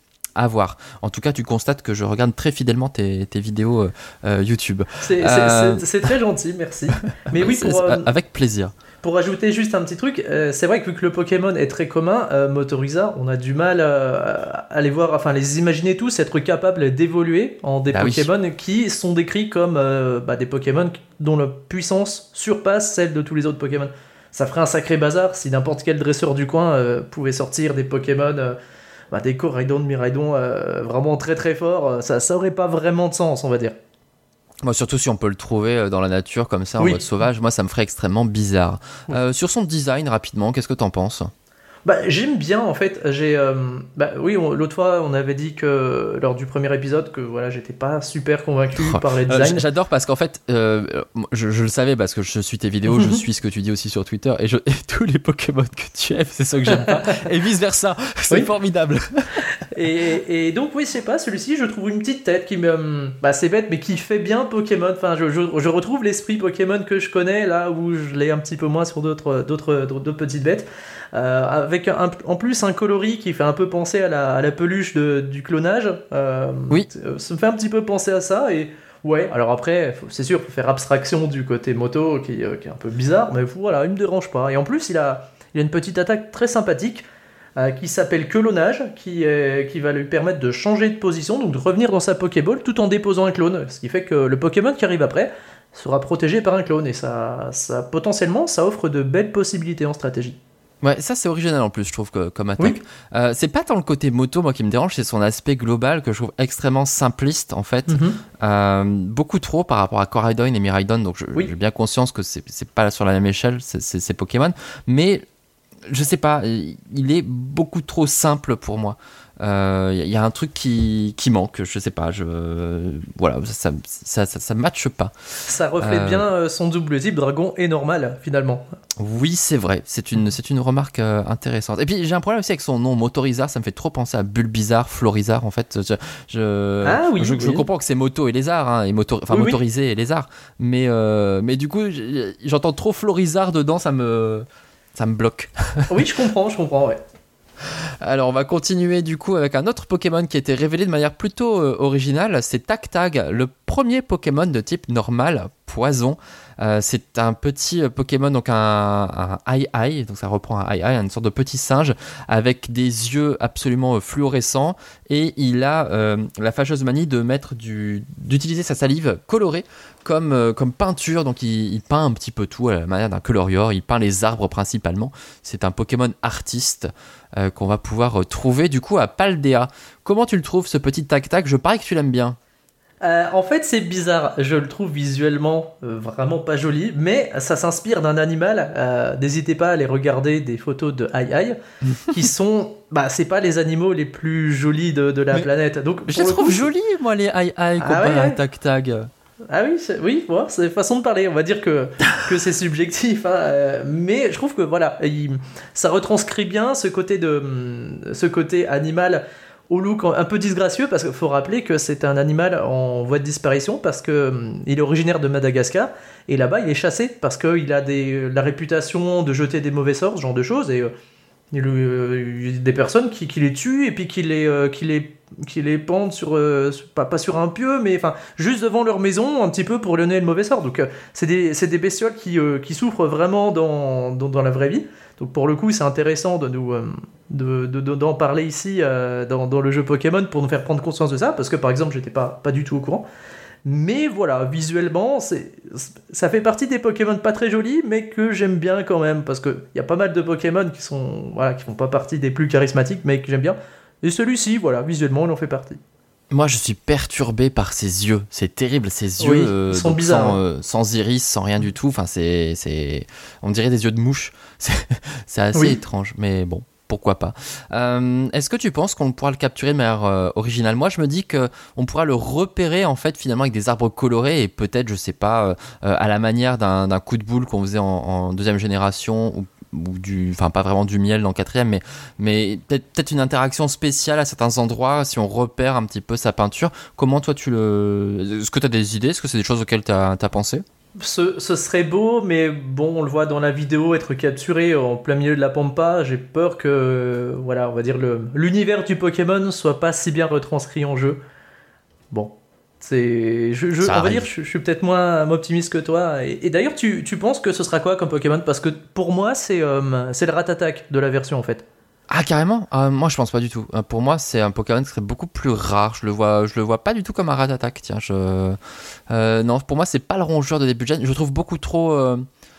À voir. En tout cas, tu constates que je regarde très fidèlement tes, tes vidéos euh, YouTube. C'est, euh... c'est, c'est, c'est très gentil, merci. Mais oui, pour, euh, avec plaisir. Pour ajouter juste un petit truc, euh, c'est vrai que vu que le Pokémon est très commun, euh, Motorizard, on a du mal euh, à les voir, enfin les imaginer tous être capables d'évoluer en des bah Pokémon oui. qui sont décrits comme euh, bah, des Pokémon dont la puissance surpasse celle de tous les autres Pokémon. Ça ferait un sacré bazar si n'importe quel dresseur du coin euh, pouvait sortir des Pokémon. Euh, Bah, des Coraidon, Miraidon euh, vraiment très très forts, ça, ça aurait pas vraiment de sens, on va dire. Moi, surtout si on peut le trouver dans la nature comme ça, en oui. mode sauvage, moi ça me ferait extrêmement bizarre. Oui. Euh, sur son design, rapidement, qu'est-ce que t'en penses ? Bah, j'aime bien en fait. J'ai, euh, bah, oui, on, l'autre fois on avait dit que lors du premier épisode que voilà, j'étais pas super convaincu oh. par les designs. Euh, j'adore parce qu'en fait, euh, je, je le savais parce que je suis tes vidéos, je suis ce que tu dis aussi sur Twitter et, je, et tous les Pokémon que tu aimes, c'est ça que j'aime pas et vice versa. C'est oui. formidable. Et, et donc oui, je sais pas, celui-ci, je trouve une petite tête qui me, bah c'est bête, mais qui fait bien Pokémon. Enfin, je, je, je retrouve l'esprit Pokémon que je connais là où je l'ai un petit peu moins sur d'autres, d'autres, d'autres petites bêtes. Euh, avec un, en plus un coloris qui fait un peu penser à la, à la peluche de, du clonage. Euh, oui. Ça me fait un petit peu penser à ça. Et ouais, alors après, faut, c'est sûr, il faut faire abstraction du côté moto qui, euh, qui est un peu bizarre, mais voilà, il me dérange pas. Et en plus, il a, il a une petite attaque très sympathique euh, qui s'appelle Clonage, qui, est, qui va lui permettre de changer de position, donc de revenir dans sa Pokéball tout en déposant un clone. Ce qui fait que le Pokémon qui arrive après sera protégé par un clone. Et ça, ça potentiellement, ça offre de belles possibilités en stratégie. Ouais, ça c'est original en plus, je trouve, que, comme attaque. Oui. Euh, c'est pas tant le côté moto, moi, qui me dérange, c'est son aspect global que je trouve extrêmement simpliste, en fait. Mm-hmm. Euh, beaucoup trop par rapport à Coraidon et Miraidon, donc je, oui. j'ai bien conscience que c'est, c'est pas sur la même échelle, c'est, c'est, c'est Pokémon. Mais, je sais pas, il est beaucoup trop simple pour moi. Il euh, y, y a un truc qui, qui manque, je sais pas, je, euh, voilà, ça, ça, ça, ça matche pas. Ça reflète euh, bien son double type dragon et normal, finalement. Oui, c'est vrai, c'est une, c'est une remarque euh, intéressante. Et puis j'ai un problème aussi avec son nom, Motorizard, ça me fait trop penser à Bulbizarre, Florizard, en fait. Je, je, ah, oui, je, oui. je comprends que c'est moto et lézard, hein, et moto, enfin oui, motorisé oui. et lézard, mais, euh, mais du coup, j'entends trop Florizard dedans, ça me, ça me bloque. Oui, je comprends, je comprends, ouais. Alors on va continuer du coup avec un autre Pokémon qui a été révélé de manière plutôt euh, originale, c'est Tactag, le premier Pokémon de type normal, poison. Euh, c'est un petit euh, Pokémon, donc un, un Ai-Ai, donc ça reprend un Ai-Ai, une sorte de petit singe avec des yeux absolument euh, fluorescents, et il a euh, la fâcheuse manie de mettre du, d'utiliser sa salive colorée comme, euh, comme peinture, donc il, il peint un petit peu tout à la manière d'un colorior, il peint les arbres principalement. C'est un Pokémon artiste euh, qu'on va pouvoir trouver du coup à Paldea. Comment tu le trouves ce petit Tactag ? Je parie que tu l'aimes bien. Euh, en fait, c'est bizarre. Je le trouve visuellement euh, vraiment pas joli, mais ça s'inspire d'un animal. Euh, n'hésitez pas à aller regarder des photos de Ai-Ai qui sont. Bah, c'est pas les animaux les plus jolis de, de la mais planète. Donc, je les trouve coup, jolis, moi, les Ai-Ai comparés ah, ouais, à Tactag. Ah oui, c'est, oui, ouais, c'est façon de parler. On va dire que, que c'est subjectif, hein, euh, mais je trouve que voilà, il, ça retranscrit bien ce côté de, ce côté animal. Au look un peu disgracieux, parce qu'il faut rappeler que c'est un animal en voie de disparition, parce qu'il hum, est originaire de Madagascar, et là-bas il est chassé, parce qu'il a des, la réputation de jeter des mauvais sorts, ce genre de choses, et euh, il y a des personnes qui, qui les tuent, et puis qui les, euh, qui les, qui les pendent sur, euh, pas, pas sur un pieu, mais enfin, juste devant leur maison, un petit peu pour leur donner le mauvais sort. Donc euh, c'est, des, c'est des bestioles qui, euh, qui souffrent vraiment dans, dans, dans la vraie vie. Donc pour le coup, c'est intéressant de nous, euh, de, de, de, d'en parler ici euh, dans, dans le jeu Pokémon pour nous faire prendre conscience de ça, parce que par exemple, j'étais pas, pas du tout au courant. Mais voilà, visuellement, c'est, ça fait partie des Pokémon pas très jolis, mais que j'aime bien quand même, parce qu'il y a pas mal de Pokémon qui sont, voilà, qui font pas partie des plus charismatiques, mais que j'aime bien. Et celui-ci, voilà, visuellement, il en fait partie. Moi, je suis perturbé par ses yeux. C'est terrible, ces yeux Oui, euh, ils sont donc bizarres, sans, hein. euh, sans iris, sans rien du tout. Enfin, c'est, c'est, on dirait des yeux de mouche. C'est, c'est assez Oui. étrange, mais bon, pourquoi pas. Euh, est-ce que tu penses qu'on pourra le capturer de manière euh, originale ? Moi, je me dis que on pourra le repérer en fait finalement avec des arbres colorés et peut-être, je sais pas, euh, euh, à la manière d'un, d'un coup de boule qu'on faisait en, en deuxième génération ou ou du, enfin pas vraiment du miel dans le quatrième, mais mais peut-être peut-être une interaction spéciale à certains endroits si on repère un petit peu sa peinture. Comment toi tu le, est-ce que tu as des idées, est-ce que c'est des choses auxquelles tu as pensé? Ce, ce serait beau, mais bon, on le voit dans la vidéo être capturé en plein milieu de la pampa. J'ai peur que, voilà, on va dire le, l'univers du Pokémon soit pas si bien retranscrit en jeu. Bon, c'est, je, je, on Ça va arrive. dire, je, je suis peut-être moins optimiste que toi. Et, et d'ailleurs, tu, tu penses que ce sera quoi comme Pokémon? Parce que pour moi, c'est, euh, c'est le Rattatak de la version en fait. Ah carrément. Ah, moi je pense pas du tout. Euh, Pour moi c'est un Pokémon qui serait beaucoup plus rare. Je le vois, je le vois pas du tout comme un Rattata. Tiens, je, euh, non, pour moi c'est pas le rongeur de début de gen. Je le trouve beaucoup trop euh,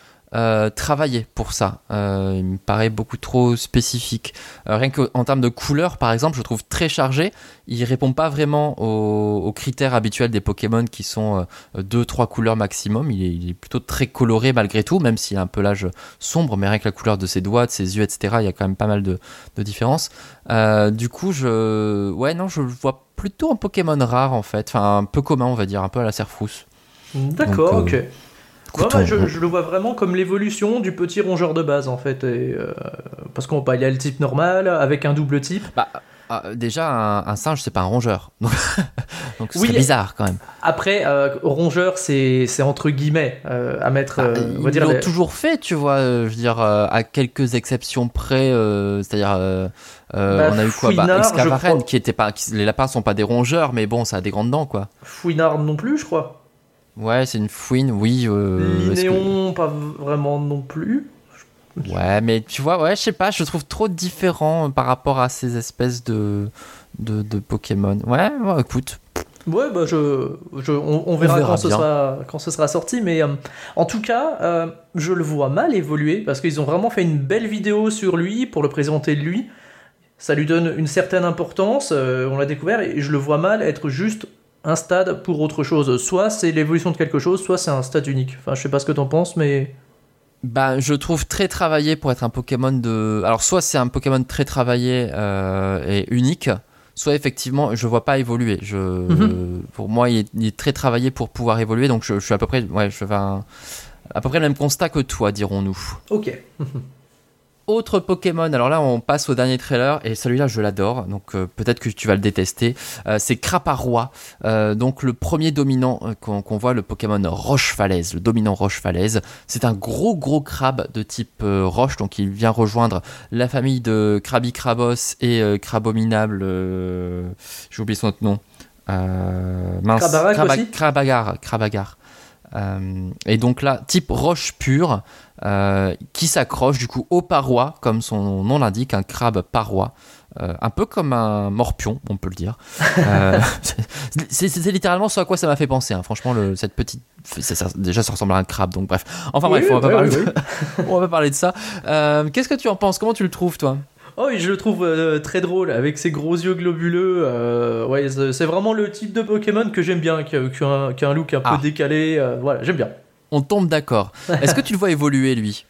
euh, travaillé pour ça. Euh, il me paraît beaucoup trop spécifique. Euh, rien qu'en termes de couleur, par exemple, je le trouve très chargé. Il répond pas vraiment aux, aux critères habituels des Pokémon qui sont euh, deux trois couleurs maximum. Il est, il est plutôt très coloré malgré tout, même s'il a un pelage sombre, mais rien que la couleur de ses doigts, de ses yeux, et cetera. Il y a quand même pas mal de, de différences. Euh, du coup, je, ouais, non, je le vois plutôt en Pokémon rare en fait, enfin un peu commun, on va dire, un peu à la Serfrousse. D'accord, Donc, euh, ok. écoute, Ouais, on- bah, je, on- je le vois vraiment comme l'évolution du petit rongeur de base en fait. Et, euh, parce qu'on bah, il y a le type normal avec un double type. Bah, ah, déjà, un, un singe, c'est pas un rongeur. Donc, donc ce Oui, serait bizarre quand même. après, euh, rongeur, c'est, c'est entre guillemets à mettre. Bah, euh, on va ils dire l'ont les- toujours fait, tu vois. euh, je veux dire, euh, à quelques exceptions près. euh, c'est-à-dire, euh, euh, Bah, on a eu quoi bah, Fouinard, je Excavaren, crois. qui était pas. qui- les lapins sont pas des rongeurs, mais bon, ça a des grandes dents, quoi. Fouinard non plus, je crois. Ouais, c'est une fouine, oui. Euh, est-ce que- Linéon, pas vraiment non plus. Ouais, mais tu vois, ouais, je sais pas, je le trouve trop différent par rapport à ces espèces de, de, de Pokémon. Ouais, ouais, écoute. Ouais, bah je, je, on, on verra, verra quand, ce bien. sera, quand ce sera sorti, mais euh, en tout cas, euh, je le vois mal évoluer parce qu'ils ont vraiment fait une belle vidéo sur lui pour le présenter de lui. Ça lui donne une certaine importance, euh, on l'a découvert, et je le vois mal être juste un stade pour autre chose. Soit c'est l'évolution de quelque chose, soit c'est un stade unique. Enfin, je sais pas ce que t'en penses, mais. Bah, je trouve très travaillé pour être un Pokémon de. Alors, soit c'est un Pokémon très travaillé euh, et unique, soit effectivement, je le vois pas évoluer. Je... Mhm. Pour moi, il est, il est très travaillé pour pouvoir évoluer, donc je, je suis à peu près, ouais, je fais un- à peu près le même constat que toi, dirons-nous. Ok. Autre Pokémon, alors là on passe au dernier trailer et celui-là je l'adore, donc euh, peut-être que tu vas le détester. Euh, c'est Craparois, euh, donc le premier dominant euh, qu'on, qu'on voit, le Pokémon Roche-Falaise, le dominant Roche-Falaise. C'est un gros gros crabe de type euh, roche, donc il vient rejoindre la famille de Krabby-Krabos et euh, Crabominable, euh, j'ai oublié son autre nom. Euh, mince, Krabarak Kraba- aussi Krabagar, Krabagar. Euh, et donc là, type roche pure, euh, qui s'accroche du coup aux parois, comme son nom l'indique, un crabe paroi, euh, un peu comme un morpion, on peut le dire. Euh, c'est, c'est, c'est littéralement ce à quoi ça m'a fait penser. Hein. Franchement, le, cette petite, ça, ça- déjà ça ressemble à un crabe, donc bref. Enfin Oui, bref, on va pas ouais, parler, oui, de, on va pas parler de ça. Euh, qu'est-ce que tu en penses? Comment tu le trouves, toi? Oh, oui, je le trouve euh, très drôle avec ses gros yeux globuleux. euh, ouais, c'est, c'est vraiment le type de Pokémon que j'aime bien, qui a, qui a un, qui a un look un Ah. peu décalé. euh, voilà, j'aime bien. On tombe d'accord. Est-ce que tu le vois évoluer, lui?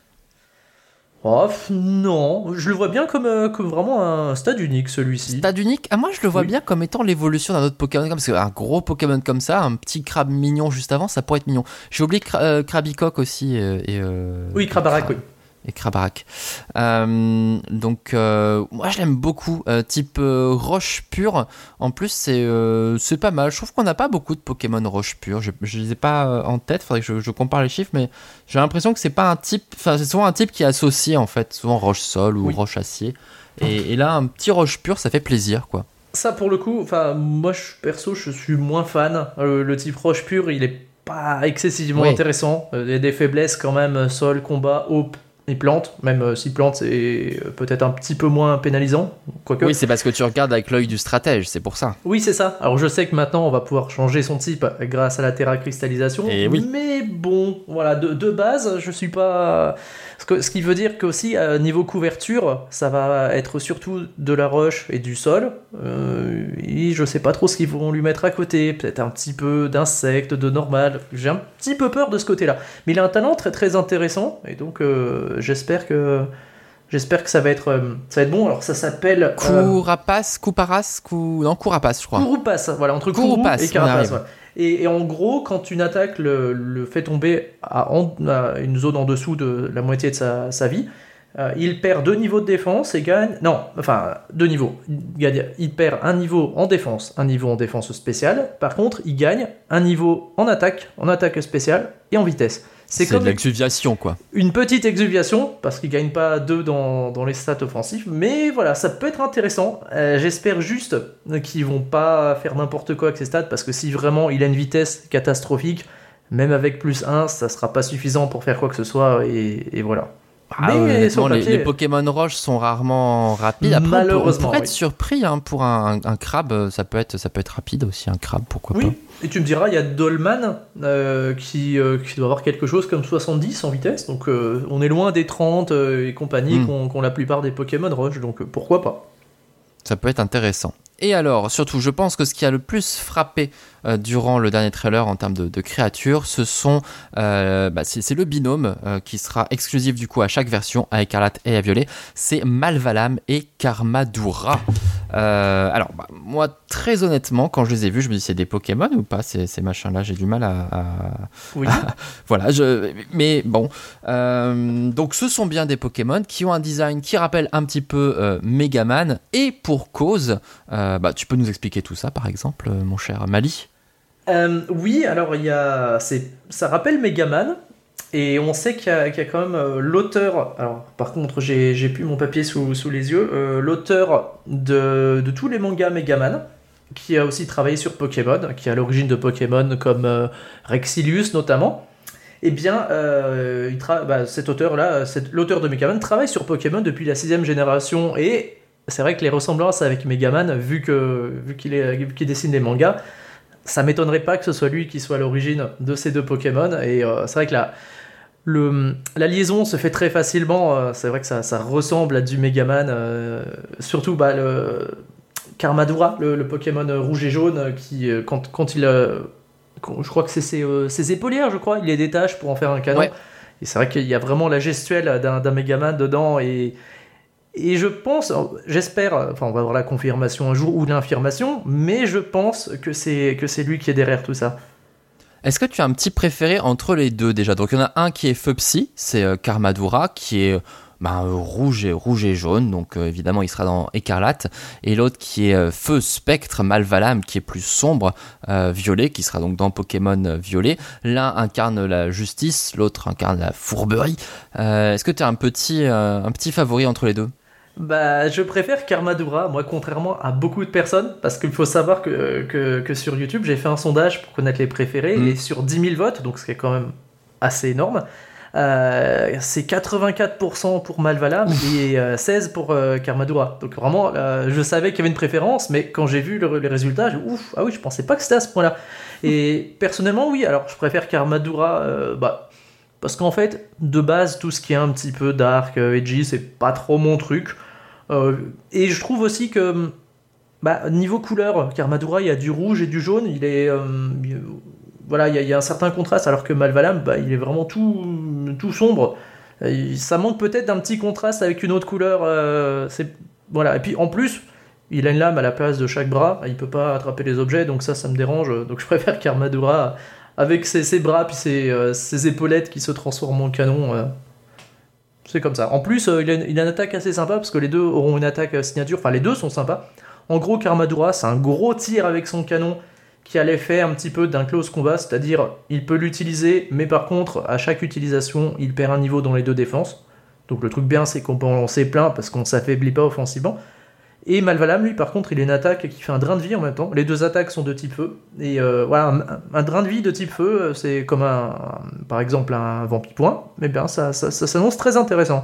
Oh, pff, non, je le vois bien comme, euh, comme vraiment un stade unique celui-ci. Stade unique? Ah, moi je le vois Oui. bien comme étant l'évolution d'un autre Pokémon, parce qu'un gros Pokémon comme ça, un petit crabe mignon juste avant, ça pourrait être mignon. J'ai oublié Cra- euh, Krabicock aussi euh, et euh, Oui, Krabarak, Kra- oui. et Krabarak. Euh, donc euh, moi je l'aime beaucoup, euh, type euh, roche pure. En plus c'est euh, c'est pas mal. Je trouve qu'on n'a pas beaucoup de Pokémon roche pure. Je, je les ai pas euh, en tête. Faudrait que je, je compare les chiffres, mais j'ai l'impression que c'est pas un type. Enfin c'est souvent un type qui est associé en fait, souvent roche sol ou Oui. roche acier. Et, et là un petit roche pure, ça fait plaisir quoi. Ça, pour le coup, enfin, moi, je, perso, je suis moins fan. Euh, le type roche pure, il est pas excessivement Oui. intéressant. Euh, Il y a des faiblesses quand même, sol, combat, eau il plante, même euh, s'il plante, c'est euh, peut-être un petit peu moins pénalisant, quoique. Oui, c'est parce que tu regardes avec l'œil du stratège, c'est pour ça. Oui, c'est ça. Alors je sais que maintenant on va pouvoir changer son type grâce à la terracristallisation, Et oui. mais bon, voilà, de, de base, je suis pas. Ce, que, ce qui veut dire qu'aussi, à niveau couverture, ça va être surtout de la roche et du sol. Euh, et je sais pas trop ce qu'ils vont lui mettre à côté. Peut-être un petit peu d'insectes, de normal. J'ai un petit peu peur de ce côté-là. Mais il a un talent très très intéressant, et donc euh, j'espère que. J'espère que ça va être, euh, ça va être bon. Alors ça s'appelle... Euh, Courapace, Couparas, cou... non, Courapace, je crois. Couroupace, voilà, entre Kourou Couroupace, et Carapace. on Ouais. Et, et en gros, quand une attaque le, le fait tomber à, en, à une zone en dessous de la moitié de sa, sa vie, euh, il perd deux niveaux de défense et gagne... Non, enfin, deux niveaux. Il, gagne, il perd un niveau en défense, un niveau en défense spéciale. Par contre, il gagne un niveau en attaque, en attaque spéciale et en vitesse. C'est, c'est comme de l'exuviation, quoi. Une petite exuviation, parce qu'il ne gagne pas deux dans, dans les stats offensifs, mais voilà, ça peut être intéressant. Euh, j'espère juste qu'ils vont pas faire n'importe quoi avec ses stats, parce que si vraiment il a une vitesse catastrophique, même avec plus un, ça sera pas suffisant pour faire quoi que ce soit, et, et voilà. Ah, mais les, papier, les Pokémon roches sont rarement rapides. Après, malheureusement, on pourrait oui. être surpris hein, pour un, un, un crabe, ça peut, être, ça peut être rapide aussi, un crabe, pourquoi oui. pas. Et tu me diras, il y a Dolman euh, qui, euh, qui doit avoir quelque chose comme soixante-dix en vitesse, donc euh, on est loin des trente euh, et compagnie mm. qu'ont, qu'ont la plupart des Pokémon roches, donc euh, pourquoi pas. Ça peut être intéressant. Et alors, surtout, je pense que ce qui a le plus frappé euh, durant le dernier trailer en termes de, de créatures, ce sont, euh, bah, c'est, c'est le binôme euh, qui sera exclusif du coup à chaque version, à Écarlate et à Violet. C'est Malvalam et Karmadura. Euh, alors, bah, moi, très honnêtement, quand je les ai vus, je me dis c'est des Pokémon ou pas ces, ces machins-là. J'ai du mal à. à... Oui. à... voilà, je. Mais bon. Euh, donc, ce sont bien des Pokémon qui ont un design qui rappelle un petit peu euh, Megaman et pour cause. Euh, bah, tu peux nous expliquer tout ça, par exemple, mon cher Mali? euh, Oui, alors il y a, c'est, ça rappelle Megaman, et on sait qu'il y a, qu'il y a quand même euh, l'auteur. Alors, par contre, j'ai, j'ai plus mon papier sous, sous les yeux. Euh, l'auteur de, de tous les mangas Megaman, qui a aussi travaillé sur Pokémon, qui est à l'origine de Pokémon comme euh, Rexilius notamment. Eh bien, euh, il tra- bah, cet auteur-là, cet, l'auteur de Megaman, travaille sur Pokémon depuis la sixième génération, et c'est vrai que les ressemblances avec Megaman, vu, que, vu, qu'il est, vu qu'il dessine des mangas, ça m'étonnerait pas que ce soit lui qui soit à l'origine de ces deux Pokémon. Et euh, c'est vrai que la, le, la liaison se fait très facilement. Euh, c'est vrai que ça, ça ressemble à du Megaman. Euh, surtout bah, le Karmadura, le, le Pokémon rouge et jaune, qui, quand, quand il... Euh, je crois que c'est ses, euh, ses épaulières, je crois. Il les détache pour en faire un canon. Ouais. Et c'est vrai qu'il y a vraiment la gestuelle d'un, d'un Megaman dedans. Et... Et je pense, j'espère, enfin on va avoir la confirmation un jour ou l'infirmation, mais je pense que c'est, que c'est lui qui est derrière tout ça. Est-ce que tu as un petit préféré entre les deux déjà? Donc il y en a un qui est Feu Psy, c'est euh, Karmadura, qui est bah, euh, rouge, et, rouge et jaune, donc euh, évidemment il sera dans Écarlate, et l'autre qui est euh, Feu Spectre, Malvalam, qui est plus sombre, euh, violet, qui sera donc dans Pokémon euh, Violet. L'un incarne la justice, l'autre incarne la fourberie. Euh, est-ce que tu as un petit, euh, un petit favori entre les deux? Bah, je préfère Karmadura, moi, contrairement à beaucoup de personnes, parce qu'il faut savoir que, que, que sur YouTube, j'ai fait un sondage pour connaître les préférés, mmh. et sur dix mille votes, donc ce qui est quand même assez énorme, euh, c'est quatre-vingt-quatre pour cent pour Malvalam et euh, seize pour euh, Karmadura. Donc vraiment, euh, je savais qu'il y avait une préférence, mais quand j'ai vu le, les résultats, j'ai ouf, ah oui, je pensais pas que c'était à ce point-là. Et personnellement, oui, alors je préfère Karmadura, euh, bah, parce qu'en fait, de base, tout ce qui est un petit peu dark, euh, edgy, c'est pas trop mon truc. Euh, et je trouve aussi que bah, niveau couleur, Karmadura, il y a du rouge et du jaune, il est euh, il, voilà, il y, a, il y a un certain contraste, alors que Malvalam, bah, il est vraiment tout, tout sombre. Et ça manque peut-être d'un petit contraste avec une autre couleur. Euh, c'est, voilà. Et puis en plus, il a une lame à la place de chaque bras, il peut pas attraper les objets, donc ça, ça me dérange. Donc je préfère Karmadura avec ses, ses bras puis ses, euh, ses épaulettes qui se transforment en canon. Euh. C'est comme ça. En plus, euh, il, a une, il a une attaque assez sympa, parce que les deux auront une attaque euh, signature. Enfin, les deux sont sympas. En gros, Karmadura, c'est un gros tir avec son canon qui a l'effet un petit peu d'un close combat, c'est-à-dire il peut l'utiliser, mais par contre, à chaque utilisation, il perd un niveau dans les deux défenses. Donc le truc bien, c'est qu'on peut en lancer plein, parce qu'on ne s'affaiblit pas offensivement. Et Malvalam, lui, par contre, il a une attaque qui fait un drain de vie en même temps. Les deux attaques sont de type feu. Et euh, voilà, un, un drain de vie de type feu, c'est comme un, un par exemple un Vampipoint. Mais bien, ça, ça, ça s'annonce très intéressant.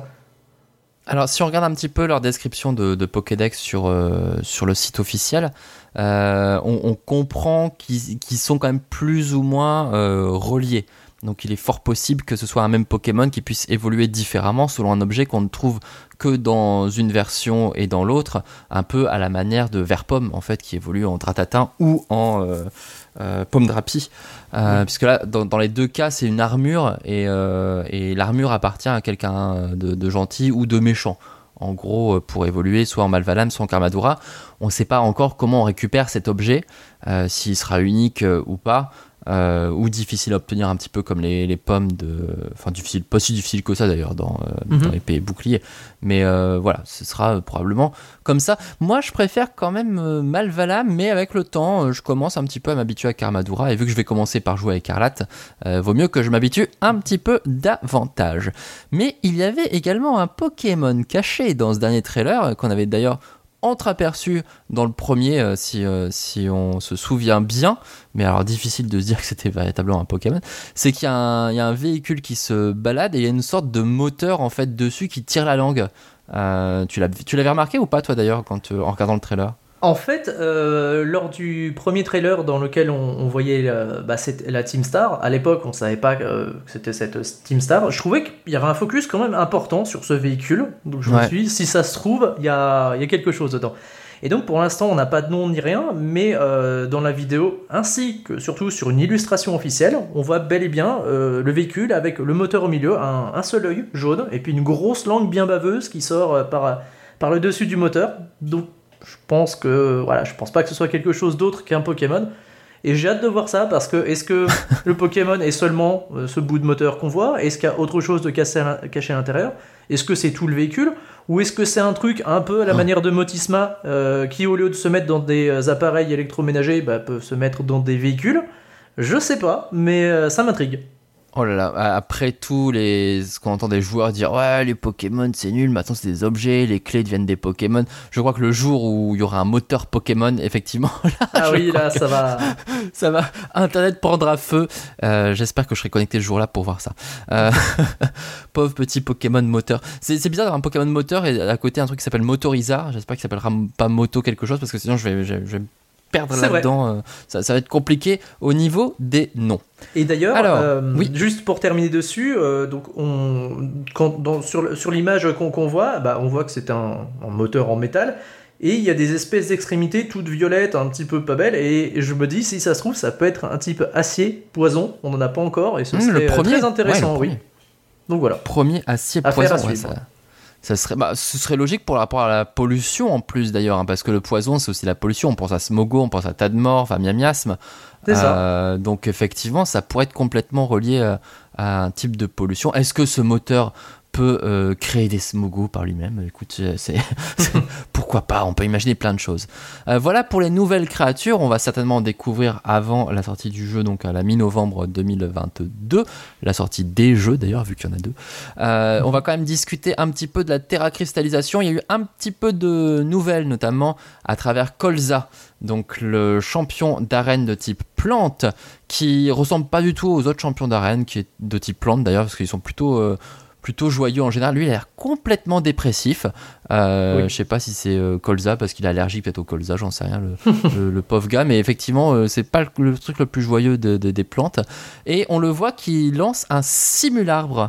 Alors, si on regarde un petit peu leur description de, de Pokédex sur, euh, sur le site officiel, euh, on, on comprend qu'ils, qu'ils sont quand même plus ou moins euh, reliés. Donc il est fort possible que ce soit un même Pokémon qui puisse évoluer différemment selon un objet qu'on ne trouve que dans une version et dans l'autre, un peu à la manière de Verpomme en fait, qui évolue en Dratatin ou en euh, euh, Pomme-Drapi. Euh, oui. Puisque là, dans, dans les deux cas, c'est une armure et, euh, et l'armure appartient à quelqu'un de, de gentil ou de méchant. En gros, pour évoluer soit en Malvalam, soit en Karmadura. On ne sait pas encore comment on récupère cet objet, euh, s'il sera unique euh, ou pas. Euh, ou difficile à obtenir un petit peu comme les, les pommes de... Enfin, difficile, pas si difficile que ça d'ailleurs dans, euh, mm-hmm. dans épée et bouclier. Mais euh, voilà, ce sera probablement comme ça. Moi, je préfère quand même euh, Malvalam, mais avec le temps, euh, je commence un petit peu à m'habituer à Karmadura. Et vu que je vais commencer par jouer à Écarlate, euh, vaut mieux que je m'habitue un petit peu davantage. Mais il y avait également un Pokémon caché dans ce dernier trailer, euh, qu'on avait d'ailleurs entreaperçu dans le premier, euh, si, euh, si on se souvient bien, mais alors difficile de se dire que c'était véritablement un Pokémon, c'est qu'il y a un, il y a un véhicule qui se balade et il y a une sorte de moteur en fait dessus qui tire la langue. Euh, tu, l'as, tu l'avais remarqué ou pas toi d'ailleurs quand, euh, en regardant le trailer ? En fait, euh, lors du premier trailer dans lequel on, on voyait euh, bah, la Team Star, à l'époque on savait pas euh, que c'était cette Team Star, je trouvais qu'il y avait un focus quand même important sur ce véhicule, donc je ouais. me suis dit, si ça se trouve, il y a, y a quelque chose dedans. Et donc pour l'instant on n'a pas de nom ni rien, mais euh, dans la vidéo, ainsi que surtout sur une illustration officielle, on voit bel et bien euh, le véhicule avec le moteur au milieu, un, un seul œil jaune, et puis une grosse langue bien baveuse qui sort euh, par, par le dessus du moteur, donc je pense que voilà, je pense pas que ce soit quelque chose d'autre qu'un Pokémon. Et j'ai hâte de voir ça parce que est-ce que le Pokémon est seulement euh, ce bout de moteur qu'on voit ? Est-ce qu'il y a autre chose de caché à, caché à l'intérieur ? Est-ce que c'est tout le véhicule ? Ou est-ce que c'est un truc un peu à la manière de Motisma euh, qui au lieu de se mettre dans des appareils électroménagers bah, peut se mettre dans des véhicules ? Je sais pas, mais euh, ça m'intrigue. Oh là là, après tout, les... ce qu'on entend des joueurs dire « Ouais, les Pokémon, c'est nul, maintenant c'est des objets, les clés deviennent des Pokémon. » Je crois que le jour où il y aura un moteur Pokémon, effectivement, là, ah oui, là, ça va... ça va... Internet prendra feu. Euh, j'espère que je serai connecté ce jour-là pour voir ça. Euh... Pauvre petit Pokémon moteur. C'est, c'est bizarre d'avoir un Pokémon moteur et à côté un truc qui s'appelle Motoriza. J'espère qu'il s'appellera pas Moto quelque chose, parce que sinon je vais... Je, je vais perdre c'est là-dedans, euh, ça, ça va être compliqué au niveau des noms. Et d'ailleurs, Alors, euh, oui. juste pour terminer dessus, euh, donc on, quand, dans, sur, sur l'image qu'on, qu'on voit, bah, on voit que c'est un, un moteur en métal, et il y a des espèces d'extrémités toutes violettes, un petit peu pas belles, et je me dis, si ça se trouve, ça peut être un type acier, poison, on n'en a pas encore, et ce mmh, serait premier, très intéressant, ouais, oui. Donc voilà. Premier acier, poison, ouais, ça... Ça serait, bah, ce serait logique pour rapport à la pollution en plus d'ailleurs, hein, parce que le poison c'est aussi la pollution. On pense à Smogo, on pense à Tadmor, enfin Miamiasme. C'est ça. Euh, donc effectivement, ça pourrait être complètement relié à, à un type de pollution. Est-ce que ce moteur peut euh, créer des Smogos par lui-même ? Écoute, c'est, c'est, pourquoi pas ? On peut imaginer plein de choses. Euh, voilà pour les nouvelles créatures. On va certainement en découvrir avant la sortie du jeu, donc à la mi-novembre deux mille vingt-deux. La sortie des jeux d'ailleurs, vu qu'il y en a deux. Euh, on va quand même discuter un petit peu de la terracristallisation. Il y a eu un petit peu de nouvelles, notamment à travers Colza, donc le champion d'arène de type plante, qui ressemble pas du tout aux autres champions d'arène, qui est de type plante d'ailleurs, parce qu'ils sont plutôt... Euh, plutôt joyeux en général. Lui, il a l'air complètement dépressif. Euh, oui. Je sais pas si c'est euh, colza, parce qu'il est allergique peut-être au colza, j'en sais rien, le, le, le pauvre gars. Mais effectivement, euh, c'est pas le, le truc le plus joyeux de, de, des plantes. Et on le voit qu'il lance un simularbre.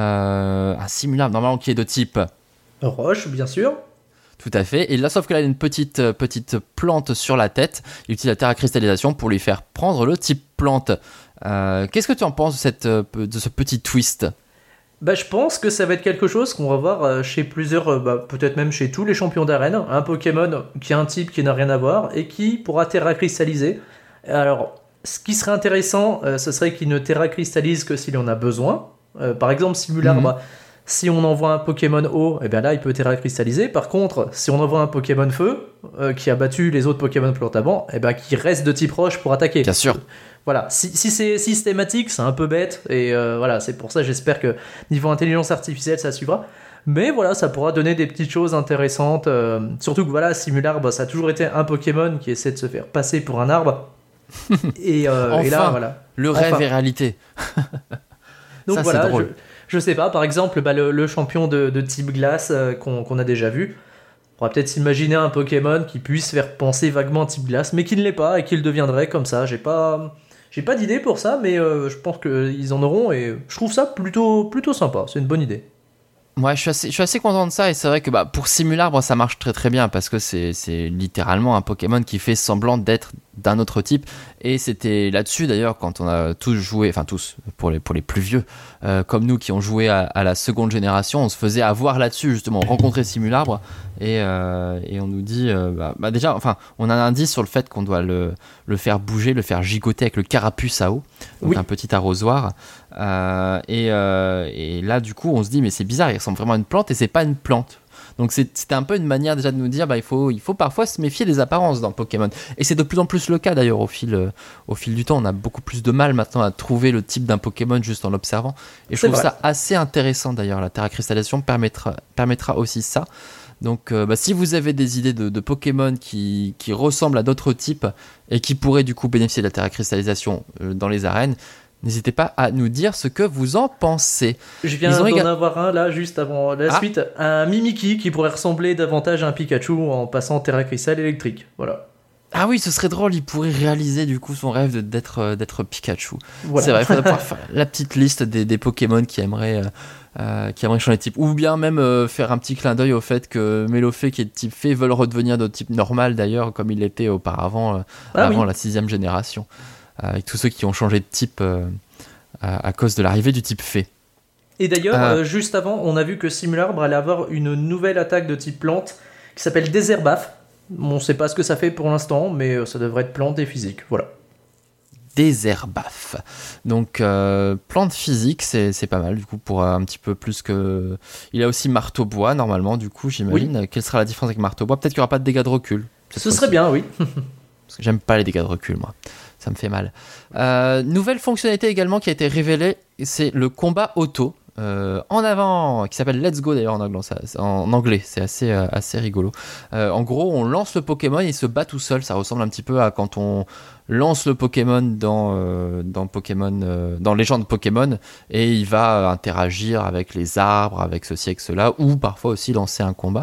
Euh, un simularbre, normalement, qui est de type... roche, bien sûr. Tout à fait. Et là, sauf que là, il a une petite, petite plante sur la tête. Il utilise la terracristallisation pour lui faire prendre le type plante. Euh, qu'est-ce que tu en penses de, cette, de ce petit twist ? Bah, je pense que ça va être quelque chose qu'on va voir chez plusieurs, bah, peut-être même chez tous les champions d'arène. Un Pokémon qui a un type qui n'a rien à voir et qui pourra terracristalliser. Alors, ce qui serait intéressant, euh, ce serait qu'il ne terracristallise que s'il en a besoin. Euh, par exemple, Simularbre, mmh. si on envoie un Pokémon eau, et bien là, il peut terracristalliser. Par contre, si on envoie un Pokémon feu, euh, qui a battu les autres Pokémon plantes avant, et bien qui reste de type roche pour attaquer. Bien sûr. Voilà, si, si c'est systématique, c'est un peu bête, et euh, voilà, c'est pour ça, j'espère que niveau intelligence artificielle, ça suivra. Mais voilà, ça pourra donner des petites choses intéressantes. Euh, surtout que voilà, Simularbre, ça a toujours été un Pokémon qui essaie de se faire passer pour un arbre. et, euh, enfin, et là, voilà. Le rêve enfin. est réalité. Donc ça, voilà, c'est drôle. Je, je sais pas, par exemple, bah, le, le champion de, de type glace euh, qu'on, qu'on a déjà vu. On pourra peut-être s'imaginer un Pokémon qui puisse faire penser vaguement type glace, mais qui ne l'est pas et qui le deviendrait comme ça. J'ai pas, j'ai pas d'idée pour ça, mais euh, je pense qu'ils en auront et je trouve ça plutôt, plutôt sympa. C'est une bonne idée. Ouais, je suis assez, je suis assez content de ça et c'est vrai que bah, pour Simularbre ça marche très très bien parce que c'est, c'est littéralement un Pokémon qui fait semblant d'être d'un autre type et c'était là-dessus d'ailleurs quand on a tous joué, enfin tous pour les, pour les plus vieux euh, comme nous qui ont joué à, à la seconde génération, on se faisait avoir là-dessus justement, on rencontrait Simularbre et, euh, et on nous dit euh, bah, bah déjà, enfin on a un indice sur le fait qu'on doit le, le faire bouger, le faire gigoter avec le carapuce à eau, donc oui. un petit arrosoir euh, et, euh, et là du coup on se dit mais c'est bizarre, il ressemble vraiment à une plante et c'est pas une plante. Donc c'est, c'était un peu une manière déjà de nous dire bah, il, faut, il faut parfois se méfier des apparences dans Pokémon. Et c'est de plus en plus le cas d'ailleurs au fil, euh, au fil du temps. On a beaucoup plus de mal maintenant à trouver le type d'un Pokémon juste en l'observant. Et je C'est trouve vrai. ça assez intéressant d'ailleurs. La terracristallisation permettra, permettra aussi ça. Donc euh, bah, si vous avez des idées de, de Pokémon qui, qui ressemblent à d'autres types et qui pourraient du coup bénéficier de la terracristallisation euh, dans les arènes, n'hésitez pas à nous dire ce que vous en pensez. Je viens Ils d'en ont éga- avoir un là, juste avant la Ah. suite. Un Mimikyu qui pourrait ressembler davantage à un Pikachu en passant Terra Cristal électrique. Voilà. Ah oui, ce serait drôle, il pourrait réaliser du coup son rêve de, d'être, euh, d'être Pikachu. Voilà. C'est vrai, il faudrait pouvoir faire la petite liste des, des Pokémon qui aimeraient, euh, euh, qui aimeraient changer de type. Ou bien même euh, faire un petit clin d'œil au fait que Mélofée, qui est de type fée, veulent redevenir de type normal d'ailleurs, comme il l'était auparavant, euh, Ah avant oui. la sixième génération. Euh, avec tous ceux qui ont changé de type euh, à, à cause de l'arrivée du type fée. Et d'ailleurs, Euh. euh, juste avant, on a vu que Simularbre allait avoir une nouvelle attaque de type plante qui s'appelle Désherbaf. On ne sait pas ce que ça fait pour l'instant, mais euh, ça devrait être plante et physique. Voilà. Désherbaf. Donc, euh, plante physique, c'est, c'est pas mal, du coup, pour euh, un petit peu plus que... Il a aussi marteau-bois, normalement, du coup, j'imagine. Quelle sera la différence avec marteau-bois ? Peut-être qu'il n'y aura pas de dégâts de recul. cette Ce fois-ci. serait bien, oui. Parce que j'aime pas les dégâts de recul, moi. Ça me fait mal. Euh, nouvelle fonctionnalité également qui a été révélée, c'est le combat auto. Euh, en avant, qui s'appelle Let's Go d'ailleurs en anglais, ça, en anglais, c'est assez, euh, assez rigolo. Euh, en gros, on lance le Pokémon et il se bat tout seul. Ça ressemble un petit peu à quand on lance le Pokémon dans, euh, dans Pokémon, euh, dans Légende Pokémon, et il va interagir avec les arbres, avec ceci, avec cela, ou parfois aussi lancer un combat.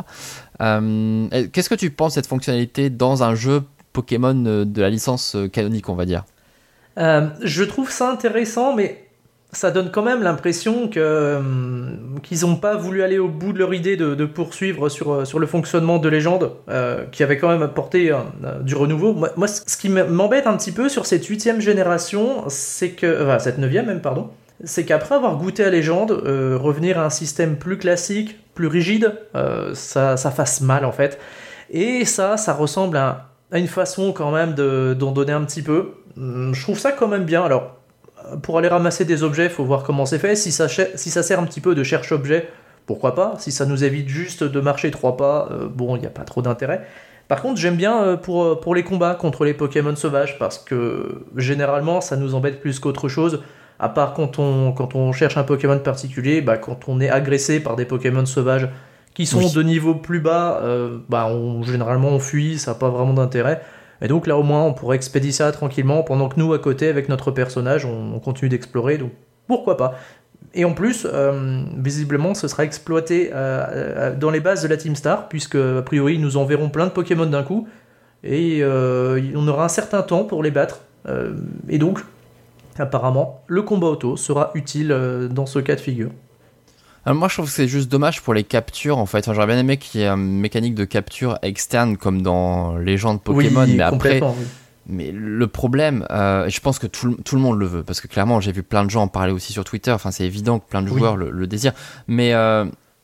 Euh, qu'est-ce que tu penses de cette fonctionnalité dans un jeu Pokémon de la licence canonique, on va dire ? Euh, je trouve ça intéressant, mais ça donne quand même l'impression que, euh, qu'ils n'ont pas voulu aller au bout de leur idée de, de poursuivre sur, sur le fonctionnement de Légende, euh, qui avait quand même apporté euh, du renouveau. Moi, moi, ce qui m'embête un petit peu sur cette huitième génération, c'est que... Enfin, cette neuvième même, pardon. C'est qu'après avoir goûté à Légende, euh, revenir à un système plus classique, plus rigide, euh, ça, ça fasse mal en fait. Et ça, ça ressemble à, à une façon quand même de, d'en donner un petit peu. Je trouve ça quand même bien. Alors, pour aller ramasser des objets, il faut voir comment c'est fait. Si ça, si ça sert un petit peu de cherche-objet, pourquoi pas. Si ça nous évite juste de marcher trois pas, euh, bon, il n'y a pas trop d'intérêt. Par contre, j'aime bien euh, pour, pour les combats contre les Pokémon sauvages, parce que généralement, ça nous embête plus qu'autre chose. À part quand on, quand on cherche un Pokémon particulier, bah, quand on est agressé par des Pokémon sauvages qui sont oui. de niveau plus bas, euh, bah, on, généralement on fuit, ça n'a pas vraiment d'intérêt. Et donc là au moins on pourrait expédier ça tranquillement pendant que nous à côté avec notre personnage on, on continue d'explorer, donc pourquoi pas. Et en plus, euh, visiblement ce sera exploité euh, dans les bases de la Team Star, puisque a priori nous enverrons plein de Pokémon d'un coup, et euh, on aura un certain temps pour les battre, euh, et donc apparemment le combat auto sera utile euh, dans ce cas de figure. Alors moi je trouve que c'est juste dommage pour les captures en fait. Enfin, j'aurais bien aimé qu'il y ait une mécanique de capture externe comme dans Légende Pokémon, oui, mais après oui. mais le problème, euh, je pense que tout, tout le monde le veut, parce que clairement j'ai vu plein de gens en parler aussi sur Twitter, enfin c'est évident que plein de joueurs oui. le, le désirent, mais euh,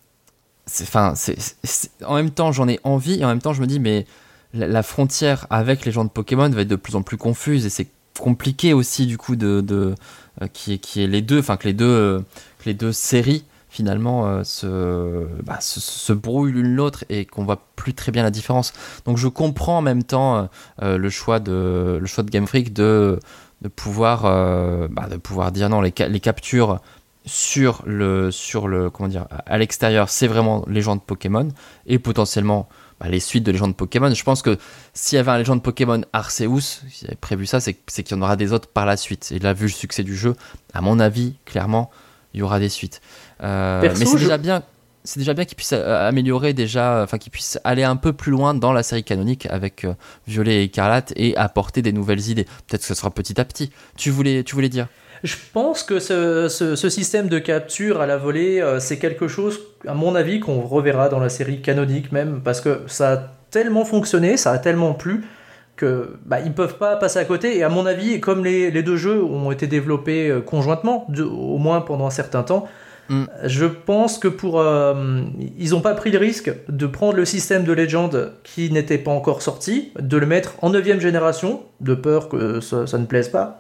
c'est, enfin, c'est, c'est, en même temps j'en ai envie et en même temps je me dis mais la, la frontière avec Légende Pokémon va être de plus en plus confuse et c'est compliqué aussi du coup de, de euh, qui est qui est les deux, enfin que les deux euh, que les deux séries finalement euh, se, bah, se, se brouillent l'une l'autre et qu'on voit plus très bien la différence. Donc je comprends en même temps euh, le choix de le choix de Game Freak de de pouvoir euh, bah, de pouvoir dire non, les, les captures sur le, sur le, comment dire, à l'extérieur, c'est vraiment Légende Pokémon et potentiellement bah, les suites de Légende Pokémon. Je pense que s'il y avait un Légende Pokémon Arceus, s'il y avait prévu ça, c'est, c'est qu'il y en aura des autres par la suite. Et là, vu le succès du jeu, à mon avis, clairement, il y aura des suites. Euh, Perso, mais c'est je- déjà bien. C'est déjà bien qu'ils puissent euh, améliorer déjà, enfin qu'ils puissent aller un peu plus loin dans la série canonique avec euh, Violet et Écarlate et apporter des nouvelles idées. Peut-être que ce sera petit à petit. Tu voulais, tu voulais dire? Je pense que ce, ce- ce système de capture à la volée, euh, c'est quelque chose, à mon avis, qu'on reverra dans la série canonique même, parce que ça a tellement fonctionné, ça a tellement plu, que bah, ils peuvent pas passer à côté. Et à mon avis, comme les, les deux jeux ont été développés euh, conjointement, de- au moins pendant un certain temps, Mm. je pense que pour euh, ils n'ont pas pris le risque de prendre le système de Legend qui n'était pas encore sorti, de le mettre en neuvième génération, de peur que ça, ça ne plaise pas.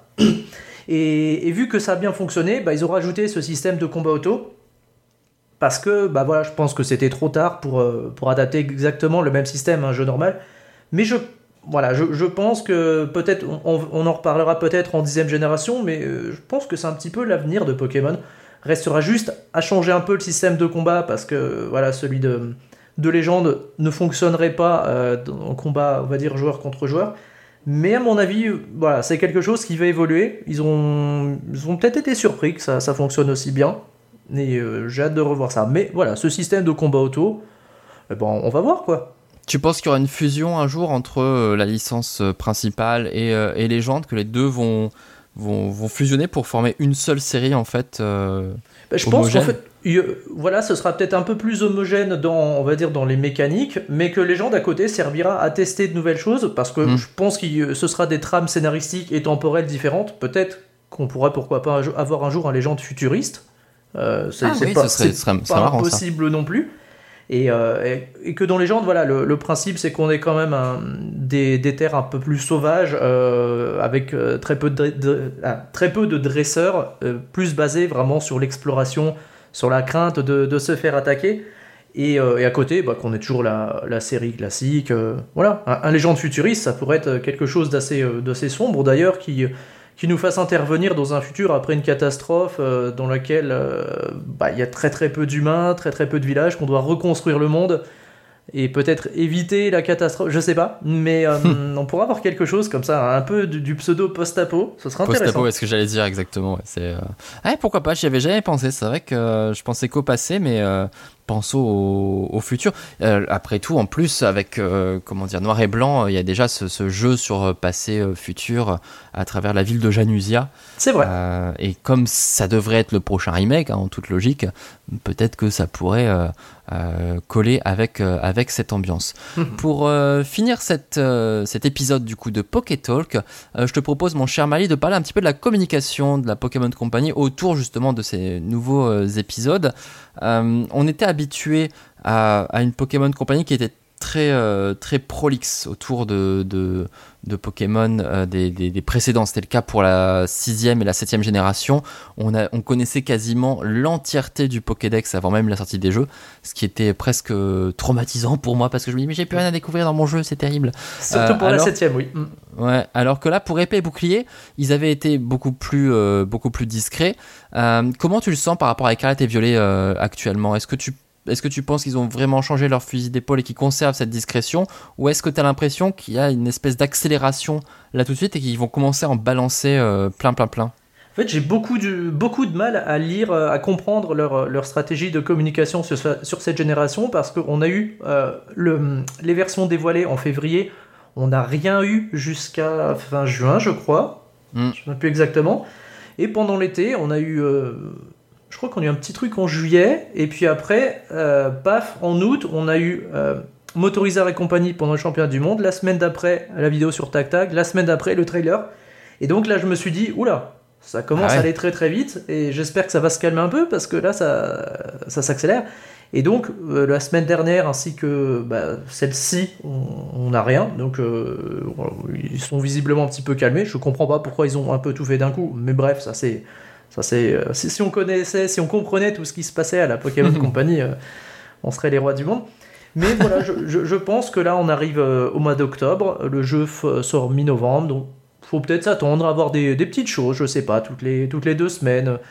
Et, et vu que ça a bien fonctionné, bah, ils ont rajouté ce système de combat auto. Parce que bah, voilà, je pense que c'était trop tard pour, euh, pour adapter exactement le même système à un jeu normal. Mais je, voilà, je, je pense que peut-être, on, on en reparlera peut-être en dixième génération, mais euh, je pense que c'est un petit peu l'avenir de Pokémon. Restera juste à changer un peu le système de combat parce que voilà, celui de, de légende ne fonctionnerait pas euh, en combat, on va dire, joueur contre joueur. Mais à mon avis, voilà, c'est quelque chose qui va évoluer. Ils ont, ils ont peut-être été surpris que ça, ça fonctionne aussi bien. Et euh, j'ai hâte de revoir ça. Mais voilà, ce système de combat auto, eh ben, on va voir quoi. Tu penses qu'il y aura une fusion un jour entre euh, la licence euh, principale et, euh, et Légende, que les deux vont, vont, vont fusionner pour former une seule série en fait euh, Ben, je homogène. pense qu'en fait, y- voilà, ce sera peut-être un peu plus homogène dans, on va dire, dans les mécaniques, mais que les gens d'à côté servira à tester de nouvelles choses, parce que Mm. je pense que ce sera des trames scénaristiques et temporelles différentes. Peut-être qu'on pourrait, pourquoi pas, un jour- avoir un jour un légende futuriste. Euh, c'est Ah c'est oui, pas, ce serait, c'est ce serait, ce serait pas marrant ça. impossible non plus. Et, euh, et, et que dans Légende, voilà, le, le principe c'est qu'on est quand même un- des, des terres un peu plus sauvages, euh, avec euh, très, peu de, de- ah, très peu de dresseurs, euh, plus basés vraiment sur l'exploration, sur la crainte de, de se faire attaquer. Et, euh, et à côté, bah, qu'on ait toujours la, la série classique. euh, voilà, un, un Légende futuriste, ça pourrait être quelque chose d'assez euh, d'assez sombre d'ailleurs, qui, qui nous fasse intervenir dans un futur après une catastrophe euh, dans laquelle euh, bah, il y a très très peu d'humains, très très peu de villages, qu'on doit reconstruire le monde et peut-être éviter la catastrophe, je sais pas, mais euh, on pourra avoir quelque chose comme ça, un peu du, du pseudo post-apo, ce sera intéressant. Post-apo, est-ce que j'allais dire exactement ouais, c'est, euh... ouais, pourquoi pas, j'y avais jamais pensé. C'est vrai que euh, je pensais qu'au passé, mais euh, pensons au, au futur. Euh, après tout, en plus, avec euh, comment dire, Noir et Blanc, il y a déjà ce, ce jeu sur euh, passé, euh, futur, euh, à travers la ville de Janusia. C'est vrai. Euh, et comme ça devrait être le prochain remake, hein, en toute logique, peut-être que ça pourrait euh, euh, coller avec, euh, avec cette ambiance. Pour euh, finir cette, euh, cet épisode du coup de Pokétalk, euh, je te propose, mon cher Mali, de parler un petit peu de la communication de la Pokémon Company autour justement de ces nouveaux euh, épisodes. Euh, on était habitué à, à une Pokémon Company qui était très, euh, très prolixe autour de, de, de Pokémon euh, des, des, des précédents. C'était le cas pour la sixième et la septième génération. On, a, on connaissait quasiment l'entièreté du Pokédex avant même la sortie des jeux, ce qui était presque traumatisant pour moi parce que je me dis mais j'ai plus rien à découvrir dans mon jeu, c'est terrible. Surtout Euh, pour alors- la septième, oui. Mm. Ouais, alors que là, pour épée et bouclier, ils avaient été beaucoup plus, euh, beaucoup plus discrets. Euh, comment tu le sens par rapport à Écarlate et Violet euh, actuellement ? Est-ce que tu Est-ce que tu penses qu'ils ont vraiment changé leur fusil d'épaule et qu'ils conservent cette discrétion ? Ou est-ce que tu as l'impression qu'il y a une espèce d'accélération là tout de suite et qu'ils vont commencer à en balancer euh, plein, plein, plein ? En fait, j'ai beaucoup de, beaucoup de mal à lire, euh, à comprendre leur, leur stratégie de communication sur, ce- sur cette génération parce qu'on a eu euh, le, les versions dévoilées en février. On n'a rien eu jusqu'à fin juin, je crois. Mm. Je ne sais plus exactement. Et pendant l'été, on a eu. euh, je crois qu'on a eu un petit truc en juillet. Et puis après, euh, paf, en août, on a eu euh, Motorizard et compagnie pendant le championnat du monde. La semaine d'après, la vidéo sur Tag Tag. La semaine d'après, le trailer. Et donc là, je me suis dit, oula, ça commence Ah ouais. à aller très très vite. Et j'espère que ça va se calmer un peu parce que là, ça, ça s'accélère. Et donc, euh, la semaine dernière, ainsi que bah, celle-ci, on n'a rien. Donc, euh, ils sont visiblement un petit peu calmés. Je comprends pas pourquoi ils ont un peu tout fait d'un coup. Mais bref, ça c'est. Ça, c'est euh, si, si on connaissait, si on comprenait tout ce qui se passait à la Pokémon Company, euh, on serait les rois du monde. Mais voilà, je, je, je pense que là, on arrive euh, au mois d'octobre. Le jeu f- sort mi-novembre. Donc, faut peut-être s'attendre à avoir des, des petites choses, je sais pas, toutes les, toutes les deux semaines.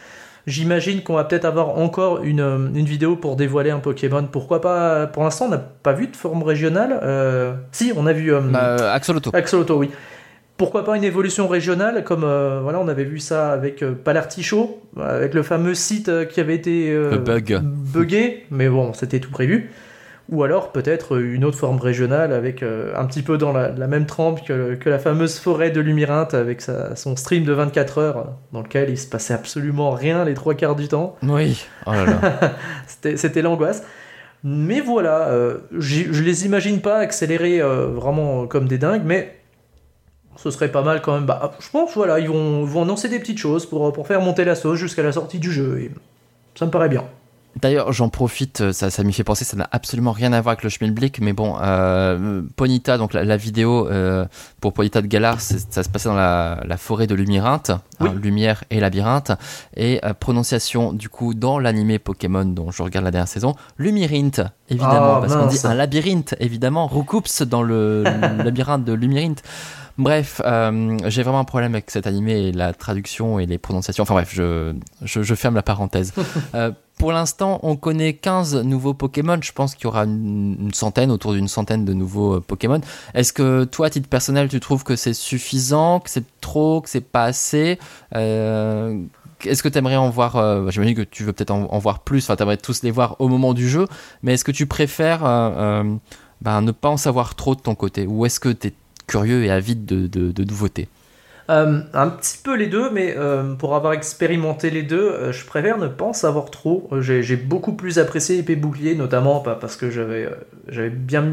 J'imagine qu'on va peut-être avoir encore une, une vidéo pour dévoiler un Pokémon. Pourquoi pas? Pour l'instant, on n'a pas vu de forme régionale. Euh... Si, on a vu... Euh... Bah, Axolotl. Axolotl, oui. Pourquoi pas une évolution régionale, comme euh, voilà, on avait vu ça avec euh, Palartichaut, avec le fameux site euh, qui avait été euh, bug. buggé, mais bon, c'était tout prévu. Ou alors peut-être une autre forme régionale avec euh, un petit peu dans la, la même trempe que, que la fameuse forêt de Lumyrinthe avec sa, son stream de vingt-quatre heures dans lequel il se passait absolument rien les trois quarts du temps. Oui, oh là là. c'était, c'était l'angoisse. Mais voilà, euh, je les imagine pas accélérer euh, vraiment comme des dingues, mais ce serait pas mal quand même. Bah, je pense voilà, ils vont, vont annoncer des petites choses pour, pour faire monter la sauce jusqu'à la sortie du jeu. Et ça me paraît bien. D'ailleurs, j'en profite, ça, ça m'y fait penser, ça n'a absolument rien à voir avec le Schmilblick, mais bon, euh, Ponyta, donc la, la vidéo euh, pour Ponyta de Galar, ça se passait dans la, la forêt de Lumyrinthe, oui. hein, lumière et labyrinthe, et euh, prononciation du coup dans l'animé Pokémon dont je regarde la dernière saison, Lumyrinthe, évidemment, oh, parce mince. qu'on dit un labyrinthe, évidemment, Roucoups dans le, le labyrinthe de Lumyrinthe. Bref, euh, j'ai vraiment un problème avec cet animé et la traduction et les prononciations. Enfin bref, je, je, je ferme la parenthèse. euh, pour l'instant, on connaît quinze nouveaux Pokémon. Je pense qu'il y aura une, une centaine, autour d'une centaine de nouveaux euh, Pokémon. Est-ce que toi, à titre personnel, tu trouves que c'est suffisant, que c'est trop, que c'est pas assez euh, Est-ce que tu aimerais en voir euh, j'imagine que tu veux peut-être en, en voir plus. Enfin, tu aimerais tous les voir au moment du jeu. Mais est-ce que tu préfères euh, euh, ben, ne pas en savoir trop de ton côté? Ou est-ce que tu es curieux et avide de, de, de nouveautés? euh, Un petit peu les deux, mais euh, pour avoir expérimenté les deux, euh, je préfère ne pas en savoir trop. J'ai, j'ai beaucoup plus apprécié Épée Bouclier, notamment pas parce que j'avais, euh, j'avais bien,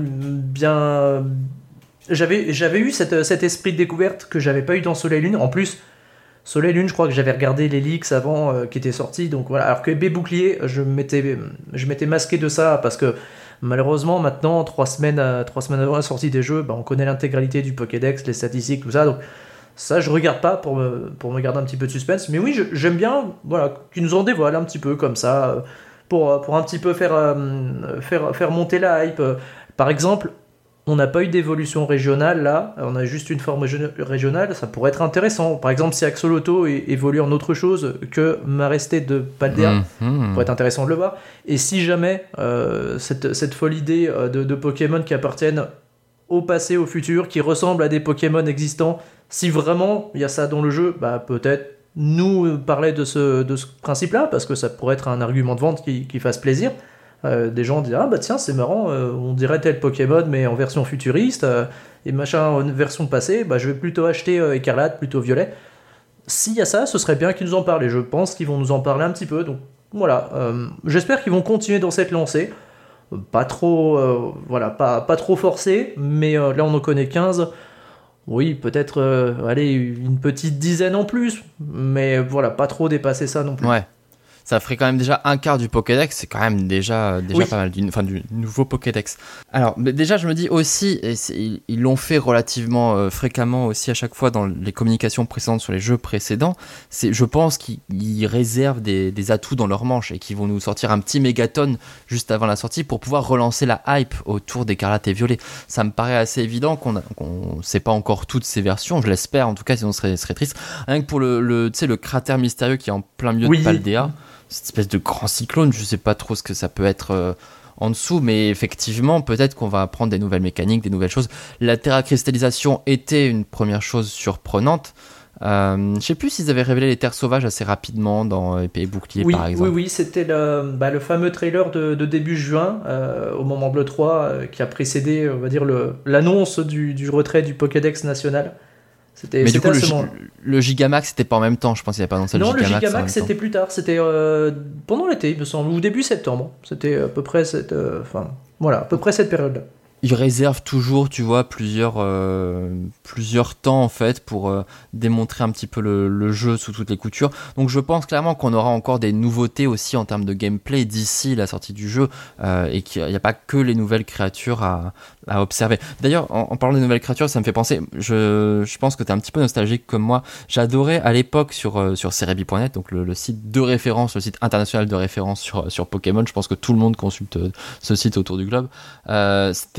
bien, j'avais, j'avais eu cette, cet esprit de découverte que j'avais pas eu dans Soleil Lune. En plus, Soleil Lune, je crois que j'avais regardé les leaks avant euh, qui étaient sortis, donc voilà. Alors que Épée Bouclier, je m'étais, je m'étais masqué de ça parce que malheureusement, maintenant, trois semaines, à, trois semaines avant la sortie des jeux, bah, on connaît l'intégralité du Pokédex, les statistiques, tout ça. Donc ça, je regarde pas pour me, pour me garder un petit peu de suspense. Mais oui, je, j'aime bien voilà, qu'ils nous en dévoilent un petit peu comme ça, pour, pour un petit peu faire, euh, faire, faire monter la hype. Par exemple, on n'a pas eu d'évolution régionale là, on a juste une forme régionale, ça pourrait être intéressant. Par exemple, si Axolotl évolue en autre chose que Maresté de Paldea, mmh, mmh. ça pourrait être intéressant de le voir. Et si jamais euh, cette, cette folle idée de, de Pokémon qui appartiennent au passé, au futur, qui ressemblent à des Pokémon existants, si vraiment il y a ça dans le jeu, bah peut-être nous parler de ce, de ce principe-là, parce que ça pourrait être un argument de vente qui, qui fasse plaisir. Euh, des gens disent ah bah tiens c'est marrant euh, on dirait tel Pokémon mais en version futuriste euh, et machin en version passée bah je vais plutôt acheter euh, Écarlate plutôt Violet. S'il y a ça, ce serait bien qu'ils nous en parlent et je pense qu'ils vont nous en parler un petit peu, donc voilà, euh, j'espère qu'ils vont continuer dans cette lancée, pas trop euh, voilà pas, pas trop forcé, mais euh, là on en connaît quinze. Oui, peut-être euh, allez une petite dizaine en plus, mais voilà, pas trop dépasser ça non plus. Ouais. Ça ferait quand même déjà un quart du Pokédex, c'est quand même déjà, déjà oui. pas mal, du, enfin du nouveau Pokédex. Alors déjà je me dis aussi, et ils, ils l'ont fait relativement euh, fréquemment aussi à chaque fois dans les communications précédentes sur les jeux précédents, c'est, je pense qu'ils réservent des, des atouts dans leur manche et qu'ils vont nous sortir un petit mégaton juste avant la sortie pour pouvoir relancer la hype autour d'Écarlate et Violet. Ça me paraît assez évident qu'on ne qu'on sait pas encore toutes ces versions, je l'espère en tout cas, sinon ce serait, ce serait triste. Rien que pour le, le, tu sais, le cratère mystérieux qui est en plein milieu oui. de Paldea, cette espèce de grand cyclone, je sais pas trop ce que ça peut être euh, en dessous, mais effectivement, peut-être qu'on va apprendre des nouvelles mécaniques, des nouvelles choses. La terra-cristallisation était une première chose surprenante. Euh, je sais plus s'ils avaient révélé les terres sauvages assez rapidement dans Épée et Bouclier, oui, par exemple. Oui, oui, c'était le, bah, le fameux trailer de, de début juin, euh, au moment de l'E trois, euh, qui a précédé, on va dire, le, l'annonce du, du retrait du Pokédex national. C'était, mais c'était du coup, le, le Gigamax, c'était pas en même temps, je pense qu'il n'y avait pas annoncé le non, Gigamax. Non, le Gigamax, c'était plus tard. C'était euh, pendant l'été, il me semble, ou début septembre. C'était à peu près cette, euh, enfin, voilà, à peu près cette période-là. Ils réservent toujours, tu vois, plusieurs, euh, plusieurs temps, en fait, pour euh, démontrer un petit peu le, le jeu sous toutes les coutures. Donc, je pense clairement qu'on aura encore des nouveautés aussi en termes de gameplay d'ici la sortie du jeu, euh, et qu'il n'y a pas que les nouvelles créatures à, à observer. D'ailleurs, en, en parlant des nouvelles créatures, ça me fait penser, je, je pense que tu es un petit peu nostalgique comme moi. J'adorais à l'époque sur, euh, sur Cerebi point net, donc le, le site de référence, le site international de référence sur, sur Pokémon. Je pense que tout le monde consulte ce site autour du globe. Euh, c'était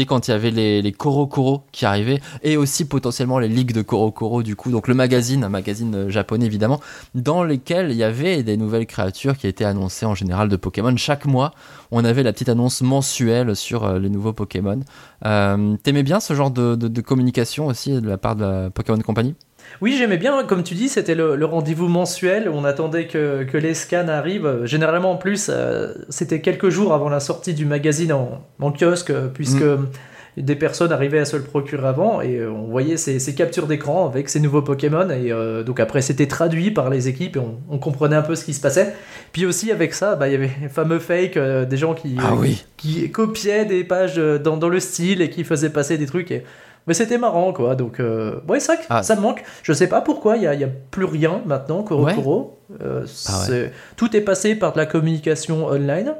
quand il y avait les, les Koro Koro qui arrivaient, et aussi potentiellement les ligues de Koro Koro du coup, donc le magazine, un magazine japonais évidemment, dans lesquels il y avait des nouvelles créatures qui étaient annoncées en général de Pokémon. Chaque mois, on avait la petite annonce mensuelle sur euh, les nouveaux Pokémon. Euh, t'aimais bien ce genre de, de, de communication aussi de la part de la Pokémon Company ? Oui, j'aimais bien, comme tu dis, c'était le, le rendez-vous mensuel où on attendait que, que les scans arrivent. Généralement, en plus, euh, c'était quelques jours avant la sortie du magazine en, en kiosque, puisque mmh. des personnes arrivaient à se le procurer avant, et on voyait ces, ces captures d'écran avec ces nouveaux Pokémon, et euh, donc après, c'était traduit par les équipes, et on, on comprenait un peu ce qui se passait. Puis aussi, avec ça, bah, il y avait les fameux fakes, euh, des gens qui, ah, euh, oui. qui, qui copiaient des pages dans, dans le style et qui faisaient passer des trucs, et... mais c'était marrant, quoi. Donc, euh... ouais, c'est vrai que ah. ça me manque. Je sais pas pourquoi, il n'y a, a plus rien maintenant, Koro Koro. Ouais. Euh, ah ouais. Tout est passé par de la communication online.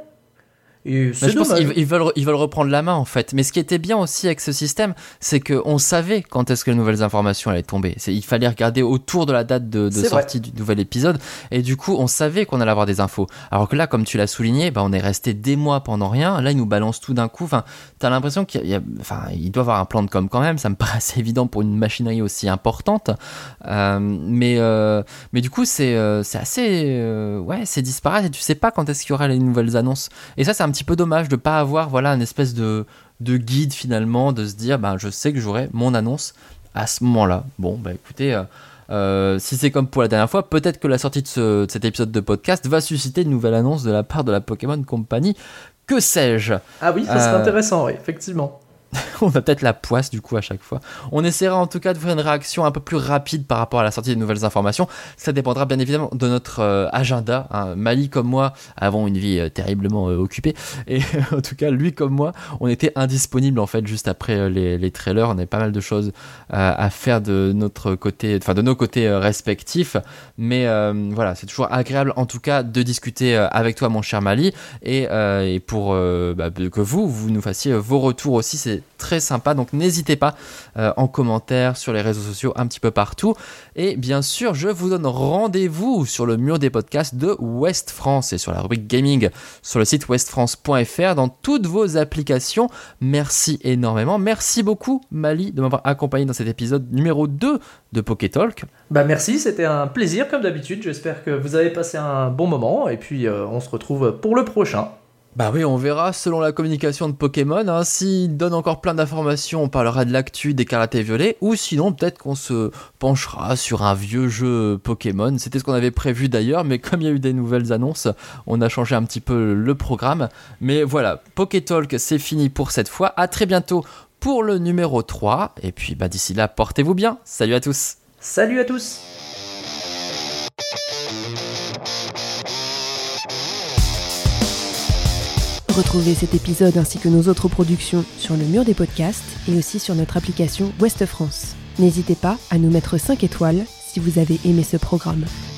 Et c'est je pense qu'ils ils veulent, ils veulent reprendre la main en fait. Mais ce qui était bien aussi avec ce système, c'est qu'on savait quand est-ce que les nouvelles informations allaient tomber. C'est, il fallait regarder autour de la date de, de sortie vrai. du nouvel épisode. Et du coup, on savait qu'on allait avoir des infos. Alors que là, comme tu l'as souligné, bah, on est resté des mois pendant rien. Là, ils nous balancent tout d'un coup. Enfin, t'as l'impression qu'il y a, enfin, il doit y avoir un plan de com quand même. Ça me paraît assez évident pour une machinerie aussi importante. Euh, mais, euh, mais du coup, c'est, euh, c'est assez, euh, ouais, c'est disparate. Et tu sais pas quand est-ce qu'il y aura les nouvelles annonces. Et ça, c'est un un petit peu dommage de pas avoir voilà une espèce de, de guide finalement, de se dire ben je sais que j'aurai mon annonce à ce moment-là. Bon bah écoutez euh, euh, si c'est comme pour la dernière fois, peut-être que la sortie de, ce, de cet épisode de podcast va susciter une nouvelle annonce de la part de la Pokémon Company, que sais-je. Ah oui, ça serait euh... intéressant, oui, effectivement. On va peut-être la poisse du coup à chaque fois. On essaiera en tout cas de faire une réaction un peu plus rapide par rapport à la sortie des nouvelles informations. Ça dépendra bien évidemment de notre euh, agenda. Hein. Mali comme moi avons une vie euh, terriblement euh, occupée. Et en tout cas, lui comme moi, on était indisponible en fait juste après euh, les, les trailers. On avait pas mal de choses euh, à faire de notre côté, enfin de nos côtés euh, respectifs. Mais euh, voilà, c'est toujours agréable en tout cas de discuter euh, avec toi mon cher Mali. Et, euh, et pour euh, bah, que vous, vous nous fassiez vos retours aussi. C'est très sympa, donc n'hésitez pas euh, en commentaire sur les réseaux sociaux un petit peu partout, et bien sûr je vous donne rendez-vous sur le mur des podcasts de Ouest France et sur la rubrique gaming sur le site ouest france point f r dans toutes vos applications. Merci énormément, merci beaucoup Mali de m'avoir accompagné dans cet épisode numéro deux de Pokétalk. Bah merci, c'était un plaisir comme d'habitude, j'espère que vous avez passé un bon moment, et puis euh, on se retrouve pour le prochain. Bah oui, on verra selon la communication de Pokémon, hein. S'ils donnent encore plein d'informations, on parlera de l'actu d'Écarlate et Violet, ou sinon peut-être qu'on se penchera sur un vieux jeu Pokémon. C'était ce qu'on avait prévu d'ailleurs, mais comme il y a eu des nouvelles annonces, on a changé un petit peu le programme. Mais voilà, Pokétalk, c'est fini pour cette fois. À très bientôt pour le numéro trois, et puis bah d'ici là, portez-vous bien. Salut à tous. Salut à tous. Retrouvez cet épisode ainsi que nos autres productions sur le mur des podcasts et aussi sur notre application Ouest France. N'hésitez pas à nous mettre cinq étoiles si vous avez aimé ce programme.